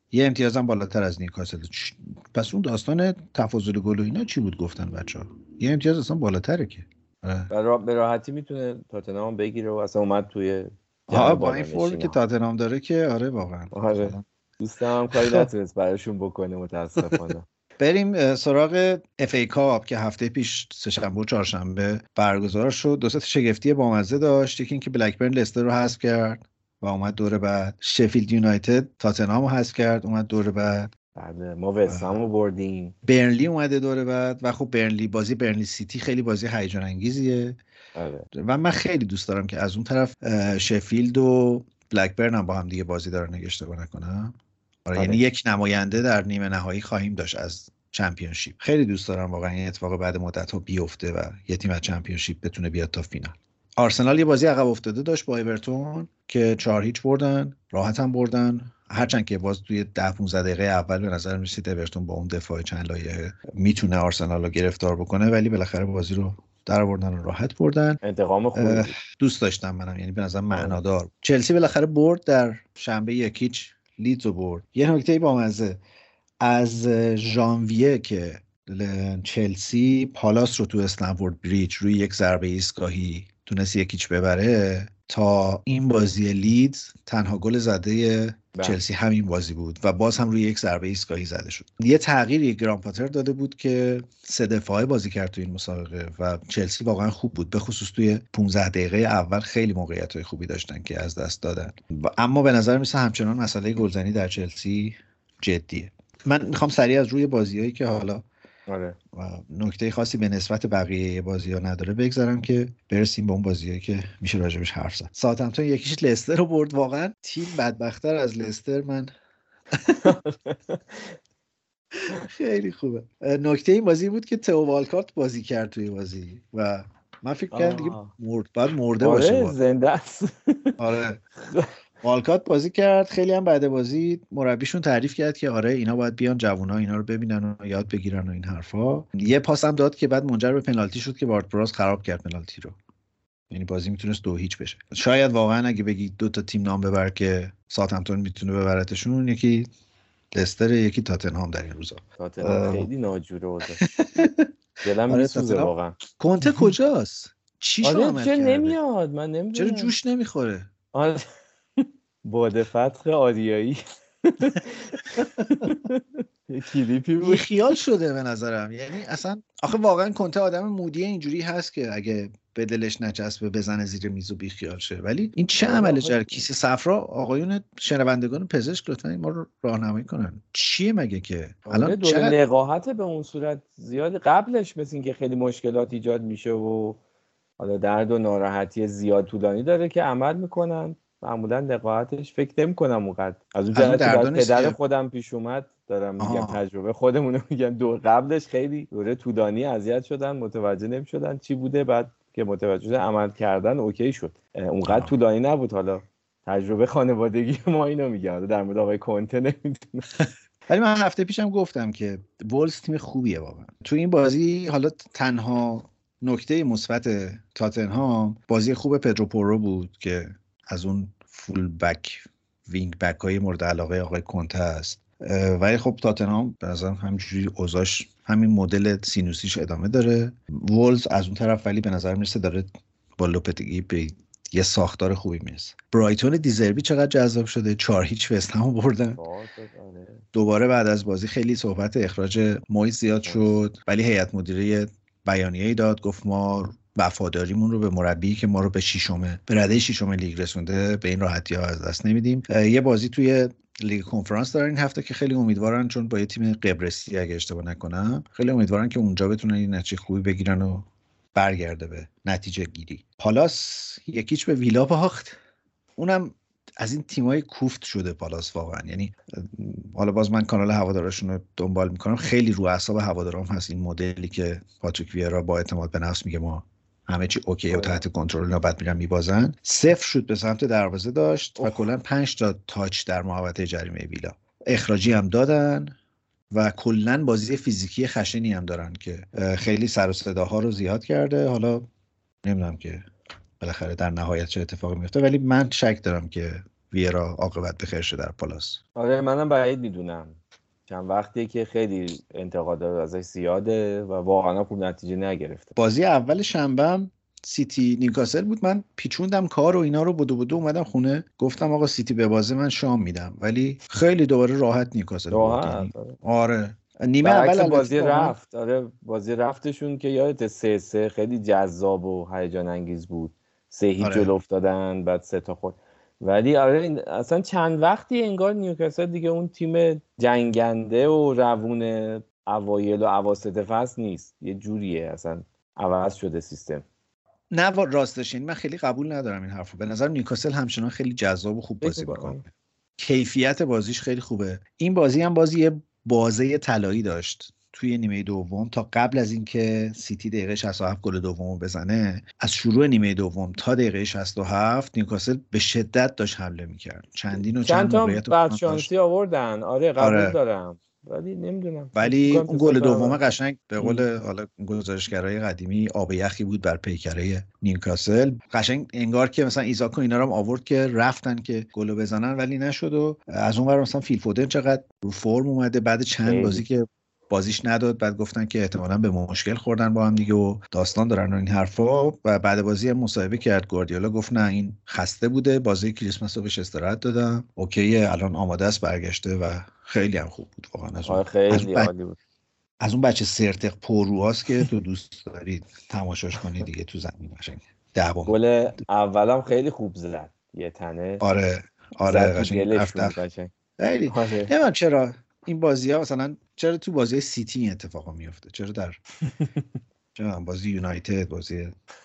یه امتیازم بالاتر از نیوکاسل. پس اون داستان تفاضل گل و اینا چی بود گفتن بچه‌ها؟ یه امتیاز اصلا بالاتره که برا به راحتی میتونه تاتنهام بگیره و اصلا اومد توی ها با این فرمی که تاتنهام داره که آره واقعا. آره دوستم هم کاری نتونست براشون بکنه متاسفانه. بریم سراغ اف ای کاپ که هفته پیش سه‌شنبه و چهارشنبه برگزار شد. دو تا شگفتی بامزه داشت. یکی اینکه بلکبرن لستر رو حذف کرد و اومد دور بعد. شفیلد یونایتد تاتنهام رو حذف کرد اومد دور بعد. بعد ما وستهم رو بردیم. برنلی اومده دور بعد و خب برنلی بازی برنلی سیتی خیلی بازی هیجان انگیزیه. آره. و من خیلی دوست دارم که از اون طرف شفیلد و بلکبرن هم با هم دیگه بازی دارن اگه اشتباه نکنم. آره یعنی یک نماینده در نیمه نهایی خواهیم داشت از چمپیونشیپ. خیلی دوست دارم واقعا این اتفاق بعد مدت ها بیفته و یه تیم از چمپیونشیپ بتونه بیاد تا فینال. آرسنال یه بازی عقب افتاده داشت با اورتون که چهار هیچ بردن، راحت هم بردن، هرچند که باز توی ده پانزده دقیقه اول به نظر می‌رسید اورتون با اون دفاع چند لایه میتونه آرسنال رو گرفتار بکنه، ولی بالاخره بازی رو در آوردن و راحت بردن. انتقام خوبی دوست داشتم منم، یعنی به نظر معنادار. چلسی بالاخره برد در شنبه یکیچ لیدز رو برد. یه نکته بامزه از ژانویه که چلسی پالاس رو تو استنفورد بریج روی یک ضربه ایستگاهی تونست یکیچ ببره تا این بازی لیدز تنها گل زده بله. چلسی همین بازی بود و باز هم روی یک ضربه ایستگاهی زده شد. یه تغییری گران پاتر داده بود که سه دفاعه بازی کرد تو این مسابقه و چلسی واقعا خوب بود، به خصوص توی پانزده دقیقه اول خیلی موقعیت‌های خوبی داشتن که از دست دادن. اما به نظر میسه همچنان مسئله گلزنی در چلسی جدیه. من میخوام سریع از روی بازیایی که حالا آره و نکته خاصی به نسبت بقیه بازی‌ها نداره بگذارم که برسیم به اون بازیایی که میشه راجبش حرف زد. ساوثهمپتون یکیش لستر رو برد. واقعا تیم بدبخت‌تر از لستر من خیلی خوبه. نکته این بازی بود که تئو والکات بازی کرد توی بازی و من فکر کردم دیگه مرد بعد مرده آره باشه. آره زنده است. آره والکات بازی کرد. خیلی هم بعد بازی مربیشون تعریف کرد که آره اینا باید بیان جوونا اینا رو ببینن و یاد بگیرن و این حرفا. یه پاس هم داد که بعد منجر به پنالتی شد که وارد پراس خراب کرد پنالتی رو، یعنی بازی میتونست دو هیچ بشه. شاید واقعا اگه بگی دو تا تیم نام ببر که ساوثهمپتون میتونه ببرتشون، یکی لستر یکی تاتنهام در این روزا. تاتنهام خیلی ناجوره بود. دلم میسوزه واقعا. کنته کجاست؟ چی شو عمل کرده؟ چرا نمیاد؟ من نمیدونم. چرا جوش نمیخوره؟ آره باد فتح آریایی کلیپی بود خیال شده به نظرم. یعنی اصلا آخه واقعا کنته آدم مودی اینجوری هست که اگه به دلش نچسبه بزنه زیر میز و بی خیال شه، ولی این چه عمله جر کیسه صفرا. آقایون شنوندگان پزشک لطفا ما رو راهنمایی کنن چیه مگه که الان دور نقاهت به اون صورت زیاد. قبلش مثل این که خیلی مشکلات ایجاد میشه و حالا درد و ناراحتی زیاد طولانی داره که عمل میکنن. معمولا نقاهتش فکر نمی‌کنم اونقدر از اون جهت که پدر خودم پیش اومد دارم میگم آه. تجربه خودمونو میگم. دور قبلش خیلی دوره طولانی اذیت شدن، متوجه نمی‌شدن چی بوده، بعد که متوجه شدن عمل کردن اوکی شد. اونقدر طولانی نبود. حالا تجربه خانوادگی ما اینو میگم در مورد آقای کنته نمیدونم. ولی من هفته پیشم گفتم که وولز تیم خوبیه واقعا. تو این بازی حالا تنها نکته مثبت تاتنهام بازی خوب پدرو پورو بود که از اون فول بک وینگ بک های مورد علاقه آقای کنته است. ولی خب تاتنهام به نظرم همینجوری اوضاعش همین مدل سینوسیش ادامه داره. وولز از اون طرف ولی به نظر میرسه داره با لوپتگی به یه ساختار خوبی میرسه. برایتون دیزربی چقدر جذاب شده، چهار هیچ وستهم بردن. دوباره بعد از بازی خیلی صحبت اخراج مویز زیاد شد، ولی هیئت مدیره بیانیه‌ای داد، گفت ما وفاداریمون رو به مربی که ما رو به ششم به رده ششم لیگ رسونده به این راحتی‌ها از دست نمیدیم. یه بازی توی لیگ کنفرانس دارن این هفته که خیلی امیدوارن، چون با یه تیم قبرسی اگه اشتباه نکنم، خیلی امیدوارن که اونجا بتونن این نتیجه خوبی بگیرن و برگرده به نتیجه گیری. پالاس یکیچ به ویلا باخت. اونم از این تیمای کوفت شده پالاس واقعا. یعنی حالا باز من کانال هوادارشون رو دنبال میکنم، خیلی رو اعصاب هوادارام هست این مدلی که پاتریک ویرا با اعتماد به نفس میگه ما همه چی اوکی و تحت کنترل، اینا بعد میرن میبازن. صفر شد به سمت دروازه داشت و کلا پنج تا تاچ در محوطه جریمه ویلا. اخراجی هم دادن و کلا بازی فیزیکی خشنی هم دارن که خیلی سر و صداها رو زیاد کرده. حالا نمیدونم که بالاخره در نهایت چه اتفاقی میفته، ولی من شک دارم که ویرا عاقبت به خیر شد در پالاس. آره منم بعید میدونم، چند وقتیه که خیلی انتقادات ازش زیاده و واقعا خوب نتیجه نگرفته. بازی اول شنبه سیتی نیوکاسل بود، من پیچوندم کار و اینا رو بدو بدو اومدم خونه، گفتم آقا سیتی به بازی من شام میدم، ولی خیلی دوباره راحت نیوکاسل راحت. بود. آره نیمه اول بازی رفت، آره بازی رفتشون که یادت سه سه خیلی جذاب و هیجان انگیز بود، سه هیچ آره. جلو افتادن بعد سه تا خورد، ولی آره اصلا چند وقتی انگار نیوکاسل دیگه اون تیم جنگنده و روون اوایل و اواسط فصل نیست، یه جوریه اصلا عوض شده سیستم. نه راستش این من خیلی قبول ندارم این حرفو، به نظر نیوکاسل همچنان خیلی جذاب و خوب بازی میکنه، کیفیت بازیش خیلی خوبه. این بازی هم بازی یه بازه طلایی داشت توی نیمه دوم، تا قبل از اینکه سیتی دقیقه شصت و هفت گل دومو بزنه، از شروع نیمه دوم تا دقیقه شصت و هفت نیوکاسل به شدت داشت حمله میکرد، چندین و چند موقعیت بعد شانسی آوردن. آره قبول آره. دارم ولی نمیدونم، ولی اون گل دوم قشنگ به قول حالا گزارشگرای قدیمی آب یخی بود بر پیکره نیوکاسل، قشنگ انگار که مثلا ایزاک و اینا رو هم آورد که رفتن که گل بزنن ولی نشد. و از اون ور مثلا فیل فودن چقدر رو فرم اومده بعد چند ای. بازی که بازیش نداد، بعد گفتن که احتمالاً به مشکل خوردن با هم دیگه و داستان دارن و این حرفا، و بعد بازی هم مصاحبه کرد گواردیولا، گفت نه این خسته بوده، بازی کریسمس رو بهش استراحت دادم، اوکیه الان آماده است برگشته و خیلی هم خوب بود واقعا. از اون خیلی عالی بود، از اون بچه سرتق پرروست که تو دوست داری تماشاش کنی دیگه تو زمین قشنگ. دعوا گل اولام خیلی خوب زد، یه تنه آره آره قشنگ رفت خیلی. نمیدونم چرا این بازی‌ها مثلا چرا تو بازی سیتی این اتفاقا میفته، چرا در چرا بازی یونایتد، بازی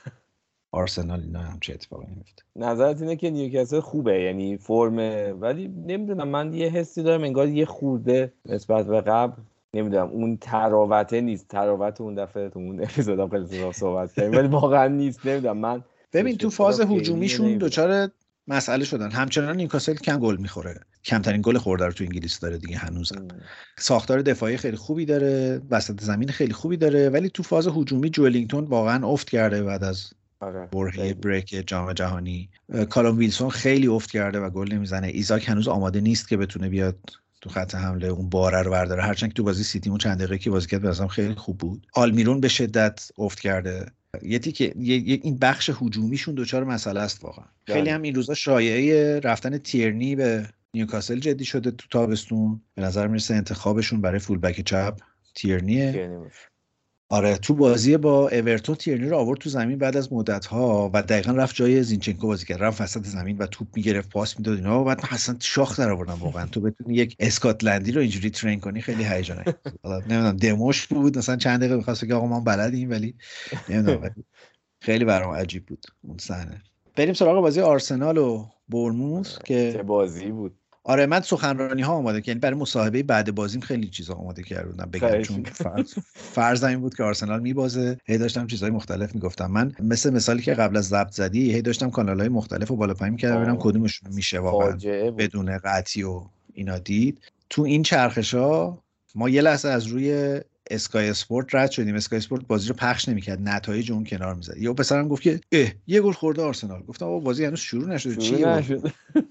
آرسنال اینا هم چه اتفاقی میفته؟ نظرت اینه که نیوکاسل خوبه یعنی فرمه، ولی نمیدونم من یه حسی دارم انگار یه خورده نسبت به قبل نمیدونم اون تراوته نیست، تراوت اون دفعه تو اون اپیزودا خیلی صحبت کردیم ولی واقعا نیست. نمیدونم من ببین تو فاز هجومیشون دوچار مسئله شدن، همچنان نیوکاسل کم گل میخوره، کمترین گل خورده رو تو انگلیس داره دیگه هنوزم. ساختار دفاعی خیلی خوبی داره، وسط زمین خیلی خوبی داره، ولی تو فاز هجومی جولینگتون واقعا افت کرده بعد از برهه بریک جام جهانی. کالوم ویلسون خیلی افت کرده و گل نمیزنه. ایزاک هنوز آماده نیست که بتونه بیاد تو خط حمله اون باره رو برداره، هرچند که تو بازی سیتی اون چند دقیقه که بازی کرد مثلا خیلی خوب بود. آلمیرون به شدت افت کرده. یتی که این بخش هجومیشون دوچار مسئله است واقعا. خیلی هم این روزا شایعه رفتن تیرنی به نیوکاسل جدی شده تو تابستون، به نظر میرسه انتخابشون برای فول بک چپ تیرنیه. تیرنی آره تو بازی با اورتون تیرنی رو آورد تو زمین بعد از مدت ها و دقیقاً رفت جای زینچنکو بازی کرد، رفت وسط زمین و توپ میگرفت پاس میداد اینا، و بعد اصلا شاخ در آوردن واقعا. تو بتونی یک اسکاتلندی رو اینجوری ترین کنی خیلی هیجان انگیز. حالا نمیدونم دموش بود مثلا چند دقیقه می‌خواست بگه آقا ما بلدیم، ولی نمیدونم خیلی برام عجیب بود اون صحنه. بریم سراغ بازی آرسنال و بورنموث که چه بازی بود. آره من سخنرانی ها آماده که یعنی برای مصاحبه بعد بازیم خیلی چیزا آماده کردم بگم، چون فرض فرض این بود که آرسنال میبازه، هی داشتم چیزای مختلف میگفتم. من مثل مثالی که قبل از ضبط زدی هی داشتم کانال‌های مختلف رو بالا پایین می‌کردم ببینم کدومشون میشه واقعا بدون قطعی و اینا دید. تو این چرخش‌ها ما یه لحظه از روی اسکای اسپورت رد شدیم، اسکای اسپورت بازی رو پخش نمی‌کرد، نتایج اون کنار می‌زد. یهو پسرم گفت که اه یه گل خورده آرسنال. گفتم آقا بازی هنوز شروع نشده چی نشده.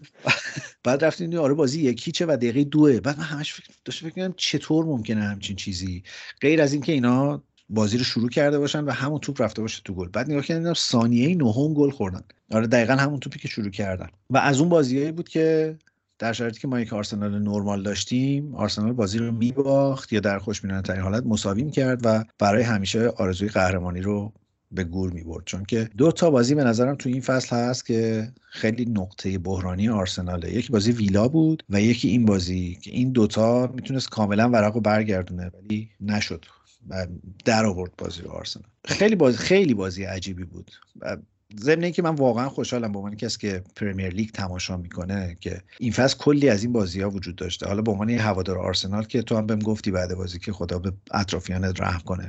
بعد رفتیم آره بازی یکی چه و دقیقه دوه. بعد من همش فکر داشتم فکر می‌کردم چطور ممکنه همچین چیزی، غیر از اینکه اینا بازی رو شروع کرده باشن و همون توپ رفته باشه تو گل. بعد نگاه کردم ثانیه نهم گل خوردن. آره دقیقاً همون توپی که شروع کردن. و از اون بازیایی بود که در شرایطی که ما یک آرسنال نرمال داشتیم، آرسنال بازی رو میباخت یا در خوشبینانه‌ترین حالت مساوی می‌کرد و برای همیشه آرزوی قهرمانی رو به گور می‌برد. چون که دو تا بازی به نظرم تو این فصل هست که خیلی نقطه بحرانی آرسناله، یکی بازی ویلا بود و یکی این بازی که این دوتا میتونست کاملا ورقو برگردونه ولی نشد و در آورد بازی رو آرسنال. خیلی بازی خیلی بازی عجیبی بود. ضمن اینکه من واقعا خوشحالم به عنوان کسی که پرمیر لیگ تماشا میکنه که این فصل کلی از این بازی‌ها وجود داشته. حالا به عنوان یه هوادار آرسنال که تو هم بهم گفتی بعد بازی که خدا به اطرافیانت رحم کنه،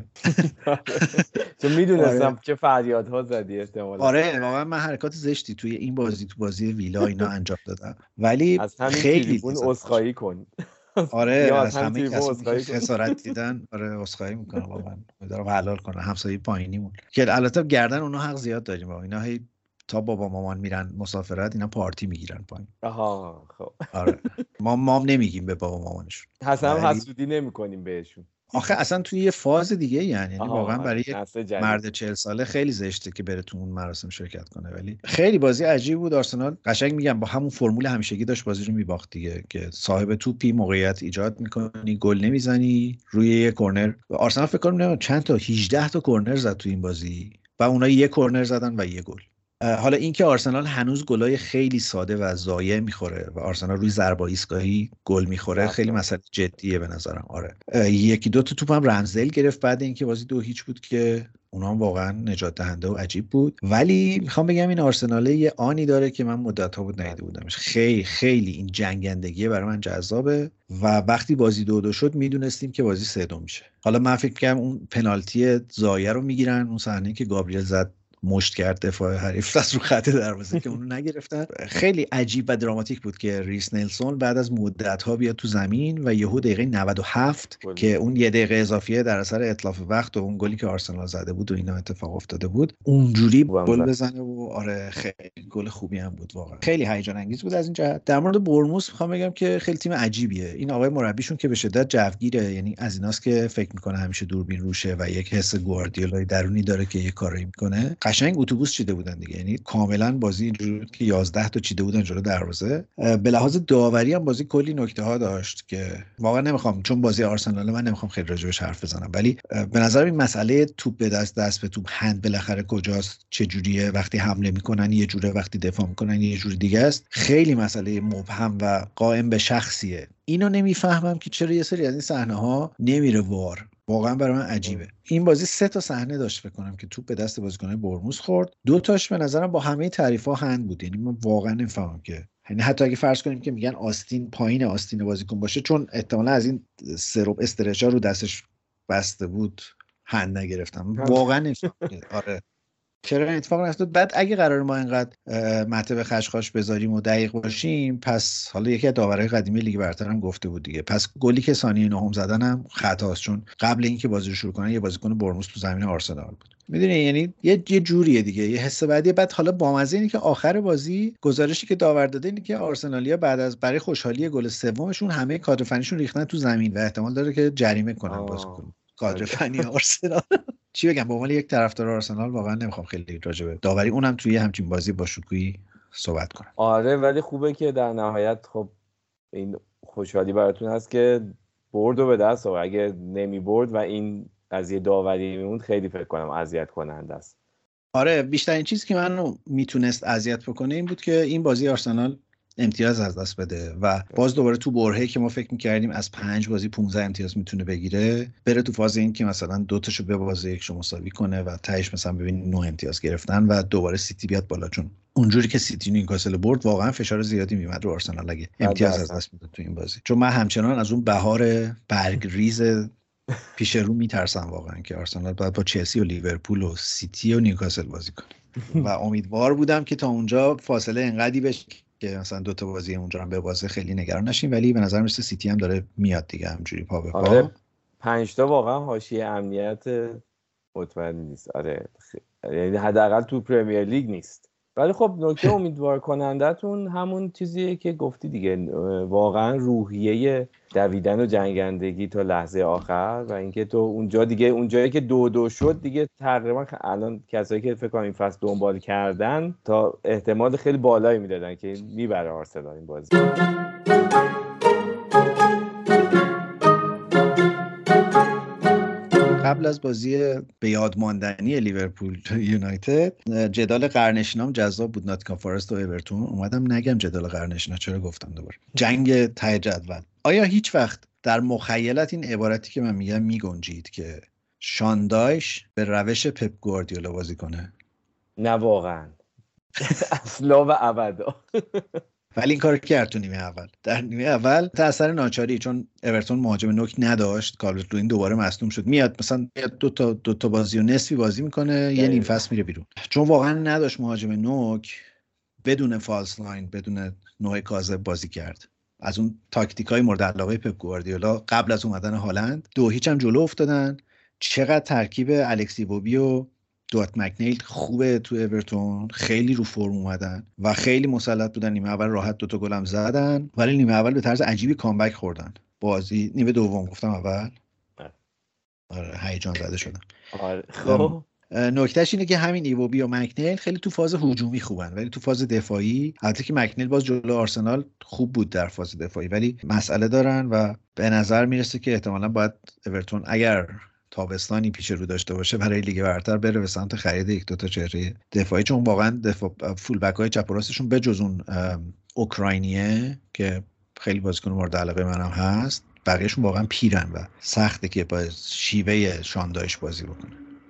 چون میدونستم آره. چه فریادها زدی احتمالاً. آره واقعا من حرکات زشتی توی این بازی تو بازی ویلا اینا انجام دادم، ولی از همین خیلی تریبون عذرخواهی کن. آره از همه کسی که خسارت دیدن آره عذرخواهی میکنم واقعا، امیدوارم حلال کنه همسایه پایینیمون که البته گردن اونها حق زیاد داریم، اینا هی تا بابا مامان میرن مسافرت اینا پارتی میگیرن پایین. آها خب آره ما مام نمیگیم به بابا مامانشون، حسن ولی... حسودی نمی‌کنیم بهشون. آخه اصلا توی یه فاز دیگه یعنی, یعنی واقعا برای یک آره. مرد چهل ساله خیلی زشته که بره تو اون مراسم شرکت کنه، ولی خیلی بازی عجیب بود. آرسنال قشنگ میگم با همون فرمول همیشگی داشت بازی رو میباخت دیگه، که صاحب توپی موقعیت ایجاد میکنی گل نمیزنی روی یه کورنر. آرسنال فکر کنم چند تا هجده تا کورنر زد تو این بازی و اونها یه کورنر زدن و یه گل. حالا اینکه آرسنال هنوز گلای خیلی ساده و ضایع میخوره و آرسنال روی ضربه ایستگاهی گل میخوره خیلی مسئله جدیه به نظرم. آره یکی دو تا توپ هم رمزدیل گرفت بعد اینکه بازی دو هیچ بود که اونا هم واقعا نجات دهنده و عجیب بود. ولی میخوام بگم این آرسنال یه آنی داره که من مدت‌ها بود ندیده بودمش. خیلی خیلی این جنگندگی برای من جذابه و وقتی بازی دو دو شد میدونستیم که بازی سه دو میشه. حالا من فکر کنم اون پنالتی ضایع رو میگیرن، اون صحنه که گابریل زد مشت کرد دفاع حریف از رو خط دروازه که اونو نگرفتن. خیلی عجیب و دراماتیک بود که ریس نلسون بعد از مدت‌ها بیاد تو زمین و یهو دقیقه نود و هفت بله. که اون یه دقیقه اضافیه در اثر اتلاف وقت و اون گلی که آرسنال زده بود و اینا اتفاق افتاده بود اونجوری گل بزنه و آره خیلی گل خوبی هم بود واقعا. خیلی هیجان انگیز بود از این جهت. در مورد برموس میخوام بگم که خیلی تیم عجیبیه. این آقای مربیشون که به شدت جوگیره، یعنی از ایناست که فکر میکنه همیشه دوربین روشه و یک حس گواردیولای درونی داره که یه کاری میکنه. قشنگ اتوبوس چیده بودن دیگه، یعنی کاملا بازی اینجوری بود که یازده تا چیده بودن جلو دروازه. به لحاظ داوری هم بازی کلی نکته ها داشت که واقعا نمیخوام، چون بازی آرسنال من نمیخوام خیلی راجعش حرف بزنم، ولی به نظر این مسئله توپ به دست دست به توپ هند بالاخره کجاست، چه جوریه، وقتی حمله میکنن یه جوره، وقتی دفاع میکنن یه جور دیگه است. خیلی مسئله مبهم و قائم به شخصیه. اینو نمیفهمم که چرا یه سری از این صحنه ها نمیره وار. واقعا برای من عجیبه. این بازی سه تا صحنه داشت فکر کنم که توپ به دست بازیکنان برموس خورد. دو تاش به نظرم با همه تعریف‌ها هند بود. یعنی من واقعا نمیفهمم که، یعنی حتی اگه فرض کنیم که میگن آستین پایین آستین بازیکن باشه، چون احتمالاً از این سرب استرچا رو دستش بسته بود هند نگرفتم. واقعا نمیفهمم. آره چرا این اتفاق نیفتاد؟ بعد اگه قرار ما اینقدر مطب خشخاش بذاریم و دقیق باشیم، پس حالا یکی از داورای قدیمی لیگ برتر هم گفته بود دیگه، پس گلی که ثانیه نهم زدن هم خطاست، چون قبل اینکه بازی رو شروع کنن یه بازیکن برموس تو زمین آرسنال بود. میدونی یعنی یه یه جوریه دیگه، یه حس بعدی. بعد حالا بامزه اینه که آخر بازی گزارشی که داور داده اینه که آرسنالیا بعد از برای خوشحالی گل سومشون همه کادر فنیشون ریختن تو زمین و احتمال داره که جریمه کنن بازیکن کادر فنی آرسنال. چی بگم، به عنوان یک طرفدار آرسنال واقعا نمیخوام خیلی راجع به داوری اونم توی همچین بازی با شوخی صحبت کنم. آره ولی خوبه که در نهایت خب این خوشحالی براتون هست که برد رو به دست آورد. اگه نمی برد و این قضیه داوری میموند خیلی فکر کنم اذیت کننده است. آره بیشترین چیزی که منو میتونست اذیت بکنه این بود که این بازی آرسنال امتیاز از دست بده و باز دوباره تو برهه‌ای که ما فکر می‌کردیم از پنج بازی پانزده امتیاز میتونه بگیره، بره تو فاز این که مثلا دو تاشو به بازی یکشو مساوی کنه و تهش مثلا ببین نه امتیاز گرفتن و دوباره سیتی بیاد بالا. چون اونجوری که سیتی نیوکاسل برد واقعا فشار زیادی میومد رو آرسنال اگه امتیاز از دست میداد تو این بازی. چون من همچنان از اون بهار برگریز پیش رو میترسم واقعا که آرسنال باید با چلسی و لیورپول و سیتی و نیوکاسل بازی کنه و امیدوار بودم که تا اونجا فاصله انقدی بشه که مثلا دو تا بازی اونجا هم به بازی خیلی نگران نشیم، ولی به نظر میاد سیتی هم داره میاد دیگه همجوری پا به پا. آره پنج تا واقعا حاشیه امنیت مطمئن نیست. آره یعنی حداقل تو پرمیر لیگ نیست. ولی خب نکته امیدوار کنندتون همون چیزیه که گفتی دیگه، واقعا روحیه دویدن و جنگندگی تا لحظه آخر و اینکه تو اونجا دیگه اونجایی که دو دو شد دیگه تقریبا الان کسایی که فکر کنم این فصل دنبال کردن تا احتمال خیلی بالایی میدادن که میبره آرسنال این بازی. قبل از بازی به یاد ماندنی لیورپول یونایتد جدال قرنشینام جذاب بود. ناتینگهام فارست و اورتون. اومدم نگم جدال قرنشینا، چرا گفتم دوباره جنگ ته جدول. آیا هیچ وقت در مخیلت این عبارتی که من میگم میگنجید که شاندایش به روش پپ گواردیولا بازی کنه؟ نه واقعا اصلا و ابدا. ولی این کارو کرد تو نیمه اول. در نیمه اول تا اثر ناچاری، چون اورتون مهاجم نوک نداشت، کالورت لوین دوباره مصدوم شد، میاد مثلا دو تا دو تا بازی و نصفی بازی میکنه، یه نیم فصل میره بیرون، چون واقعا نداشت مهاجم نوک. بدون فالس لاین، بدون نوع کاذب بازی کرد. از اون تاکتیکای مورد علاقه پپ گواردیولا قبل از اومدن هالند دو هیچ هم جلو افتادن. چقدر ترکیب الکسی بوبی و دوات مکنیل خوبه تو اورتون، خیلی رو فرم اومدن و خیلی مسلط بودن. نیمه اول راحت دوتا گل هم زدن ولی نیمه اول به طرز عجیبی کامبک خوردن. بازی نیمه دوم گفتم اول آره هیجان زده شدن. آره خب نکتهش اینه که همین ایووبی و مکنیل خیلی تو فاز هجومی خوبن ولی تو فاز دفاعی، البته که مکنیل باز جلو آرسنال خوب بود در فاز دفاعی، ولی مسئله دارن و به نظر میرسه که احتمالاً باید اورتون اگر تابستانی پیش رو داشته باشه برای لیگ برتر بره به سمت خرید یک دو تا چهره دفاعی، چون واقعا دفاع فول بک های چپ و راستشون به جز اون اوکراینیه که خیلی بازیکن مورد علاقه منم هست، بقیه‌شون واقعا پیرن و سخته که با شیوه شاندایش بازی بکنه.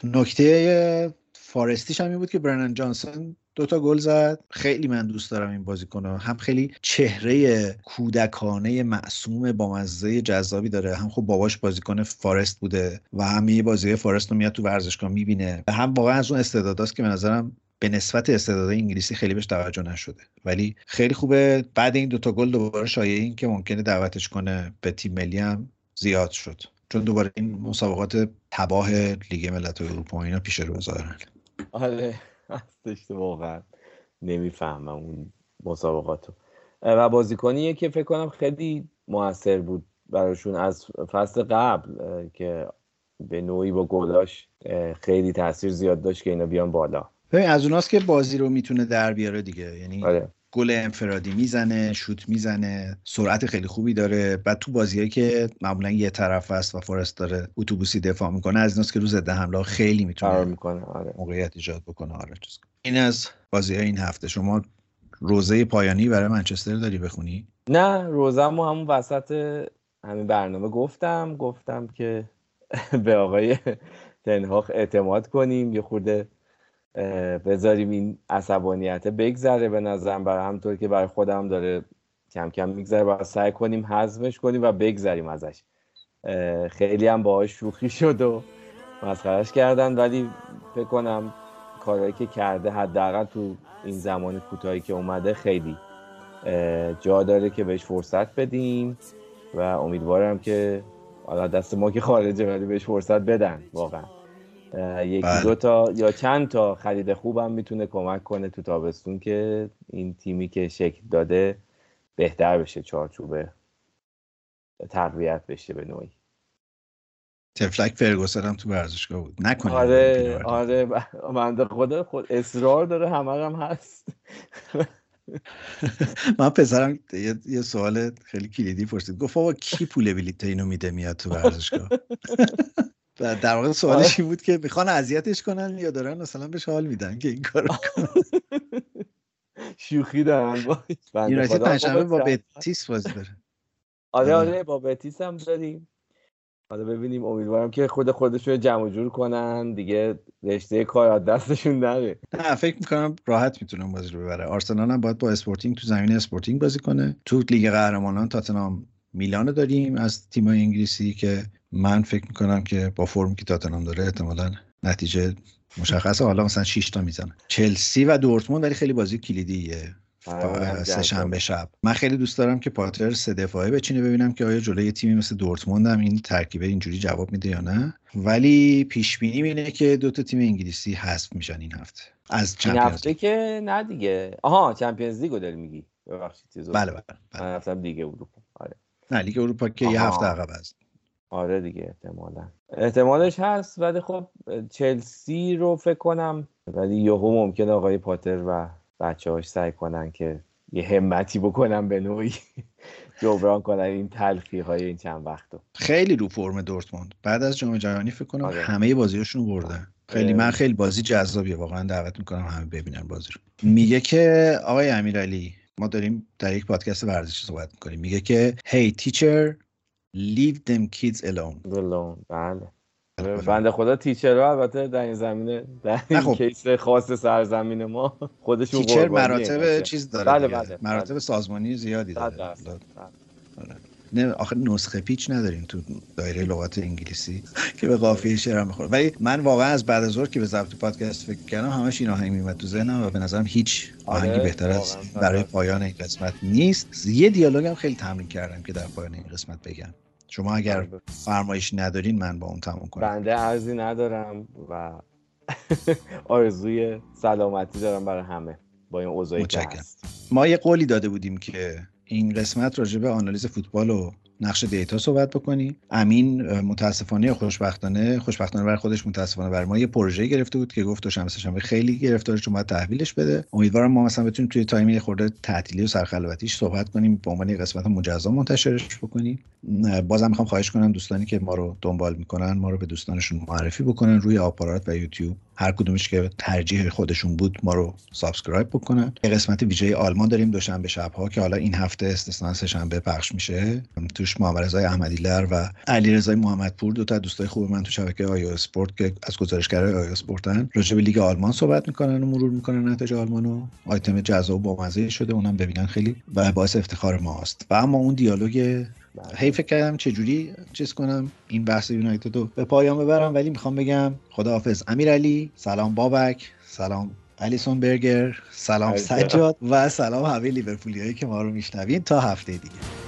نکته فارستیش هم این بود که برنان جانسون دوتا گل زد. خیلی من دوست دارم این بازیکنو، هم خیلی چهره کودکانه معصوم با مزه جذابی داره، هم خب باباش بازیکن فارست بوده و هم یه بازی فارست رو میاد تو ورزشگاه میبینه، هم واقعا از اون استعداداست که به نظرم به نسبت استعدادهای انگلیسی خیلی بهش توجه نشده، ولی خیلی خوبه. بعد این دوتا گل دوباره شایعه این که ممکنه دعوتش کنه به تیم ملی هم زیاد شد، چون دوباره این مسابقات تباه لیگ ملت‌های اروپا اینا پیش رو ظاهرن. آره هستش واقعا نمیفهمم اون مسابقاتو. و بازیکنیه که فکر کنم خیلی موثر بود براشون از فصل قبل که به نوعی با گلاش خیلی تاثیر زیاد داشت که اینا بیان بالا. ببین از اوناست که بازی رو میتونه در بیاره دیگه، یعنی آره. گل انفرادی میزنه، شوت میزنه، سرعت خیلی خوبی داره. بعد تو بازیایی که معمولا یه طرف است و فارست داره اتوبوسی دفاع میکنه، از ایناست که رو ضد حمله خیلی میتونه میکنه. آره. موقعیت ایجاد بکنه. آره چیز. این از بازی‌های این هفته. شما روزه پایانی برای منچستر داری بخونی؟ نه روزمو همون وسط همین برنامه گفتم گفتم که به آقای تنهاخ اعتماد کنیم، یه خورده بذاریم این عصبانیت بگذره. به نظرم برای همطور که برای خودم داره کم کم میگذره، باید سعی کنیم هضمش کنیم و بگذریم ازش. خیلی هم باهاش شوخی شد و مسخرهش کردن، ولی فکر کنم کارهایی که کرده حداقل تو این زمان کوتاهی که اومده خیلی جا داره که بهش فرصت بدیم و امیدوارم که حالا دست ما که خارجه ولی بهش فرصت بدن واقعا. یکی دو تا یا چند تا خرید خوبم میتونه کمک کنه تو تابستون که این تیمی که شکل داده بهتر بشه، چارچوب تقویت بشه به نوعی. تفلک فرگوسن هم تو ورزشگاه بود نکنه. آره آره من خدا خود اصرار داره همه هم هست. من پسرم یه, یه سوال خیلی کلیدی پرسید، گفت بابا کی پول بلیط اینو میده میاد تو ورزشگاه؟ در واقع سوالش این بود که میخوان اذیتش کنن یا دارن مثلا بهش حال میدن که این کارو کنه. شوخی دارن. یونایتد پنجشنبه با بتیس بازی داره. آره آره با بتیس هم داریم. حالا ببینیم، امیدوارم که خود خودشون جمع جور کنن دیگه، رشته کار از دستشون نره. نه فکر میکنم راحت میتونن بازی رو ببره. آرسنال هم باید با اسپورتینگ تو زمین اسپورتینگ بازی کنه. تو لیگ قهرمانان تاتنهام میلان داریم از تیم‌های انگلیسی که من فکر میکنم که با فرمی که تاتنهام داره احتمالاً نتیجه مشخصه. حالا مثلا شش تا میزنه. چلسی و دورتموند ولی خیلی بازی کلیدیه. سه شنبه شب من خیلی دوست دارم که پاتر سه دفاعه بچینه، ببینم که آیا جلوی تیمی مثل دورتموند هم این ترکیبه اینجوری جواب میده یا نه. ولی پیش بینی اینه که دو تا تیم انگلیسی حذف میشن این هفته از چمپیونز هفته که نه دیگه. آها چمپیونز لیگو داری میگی؟ ببخشید چیزو. بله بله. بله. من گفتم لیگ اروپا. آره. نه لیگ اروپا که یه هفته عقب است. آره دیگه احتمالاً. احتمالش هست، ولی خب چلسی رو فکر کنم، ولی یهو ممکنه آقای پاتر و بچه‌هاش سعی کنن که یه همتی بکنن به نوعی جبران کنن این تلخی‌های این چند وقتو. خیلی رو فرم دورتموند بعد از جام جهانی فکر کنم آره. همه بازیاشونو بردن. خیلی آره. من خیلی بازی جذابیه واقعا، دعوت میکنم همه ببینن بازی رو. میگه که آقای امیرعلی، ما داریم در یک پادکست ورزشی صحبت میکنیم، میگه که hey teacher leave them kids alone. alone. بله. بنده خدا تیچرها البته در این زمینه در این خب. کیس خاص سرزمین ما خودشون تیچر مراتب چیز داره. بله بله. مراتب بله. سازمانی زیادی داره. بله. بله. نه آخه نسخه پیچ نداریم تو دایره لغات انگلیسی که به قافیه شعر هم بخوره. ولی من واقعا از بعد از ظهر که به ضبط پادکست فکر کردم همش این آهنگ میومد تو ذهنم و به نظرم هیچ آهنگی آره. بهتر از برای پایان این قسمت نیست. یه دیالوگ هم خیلی تمرین کردم که در پایان این قسمت بگم. شما اگر فرمایشی ندارین من با اون تموم کنم. بنده عرضی ندارم و آرزوی سلامتی دارم برای همه با این اوضاعی که هست. ما یه قولی داده بودیم که این قسمت راجع به آنالیز فوتبال و نقش دیتا صحبت بکنیم. امین متاسفانه خوشبختانه خوشبختانه برای خودش متاسفانه برای ما یه پروژه گرفته بود که گفت دوشنبه سه‌شنبه خیلی گرفتارش چون باید تحویلش بده. امیدوارم ما مثلا بتونیم توی تایمی خورده تعطیلی و سرخلوتیش صحبت کنیم، به عنوان یه قسمت مجزا منتشرش بکنیم. بازم میخوام خواهش کنم دوستانی که ما رو دنبال میکنن ما رو به دوستانشون معرفی بکنن، روی آپارات و یوتیوب هر کدومش که ترجیح خودشون بود ما رو سابسکرایب بکنن. یه قسمت ویژه آلمان داریم دوشنبه شب‌ها که حالا این هفته استثنا سه شنبه پخش میشه. توش محمد رضا احمدی‌لر و علیرضا محمدپور دو تا دوستای خوب من تو شبکه آیا اسپورت که از گزارشگرای آیا اسپورتن راجع به لیگ آلمان صحبت میکنن و مرور میکنن نتایج آلمان و آیتم جذاب و بامزه شده، اونم ببینن خیلی و باعث افتخار ماست. و اما اون دیالوگ هی فکر کردم چجوری چیز کنم این بحث یونایتد رو به پایان ببرم، ولی میخوام بگم خداحافظ امیرعلی، سلام بابک، سلام الیسون برگر، سلام سجاد و سلام همه لیورپولیایی که ما رو میشنوین تا هفته دیگه.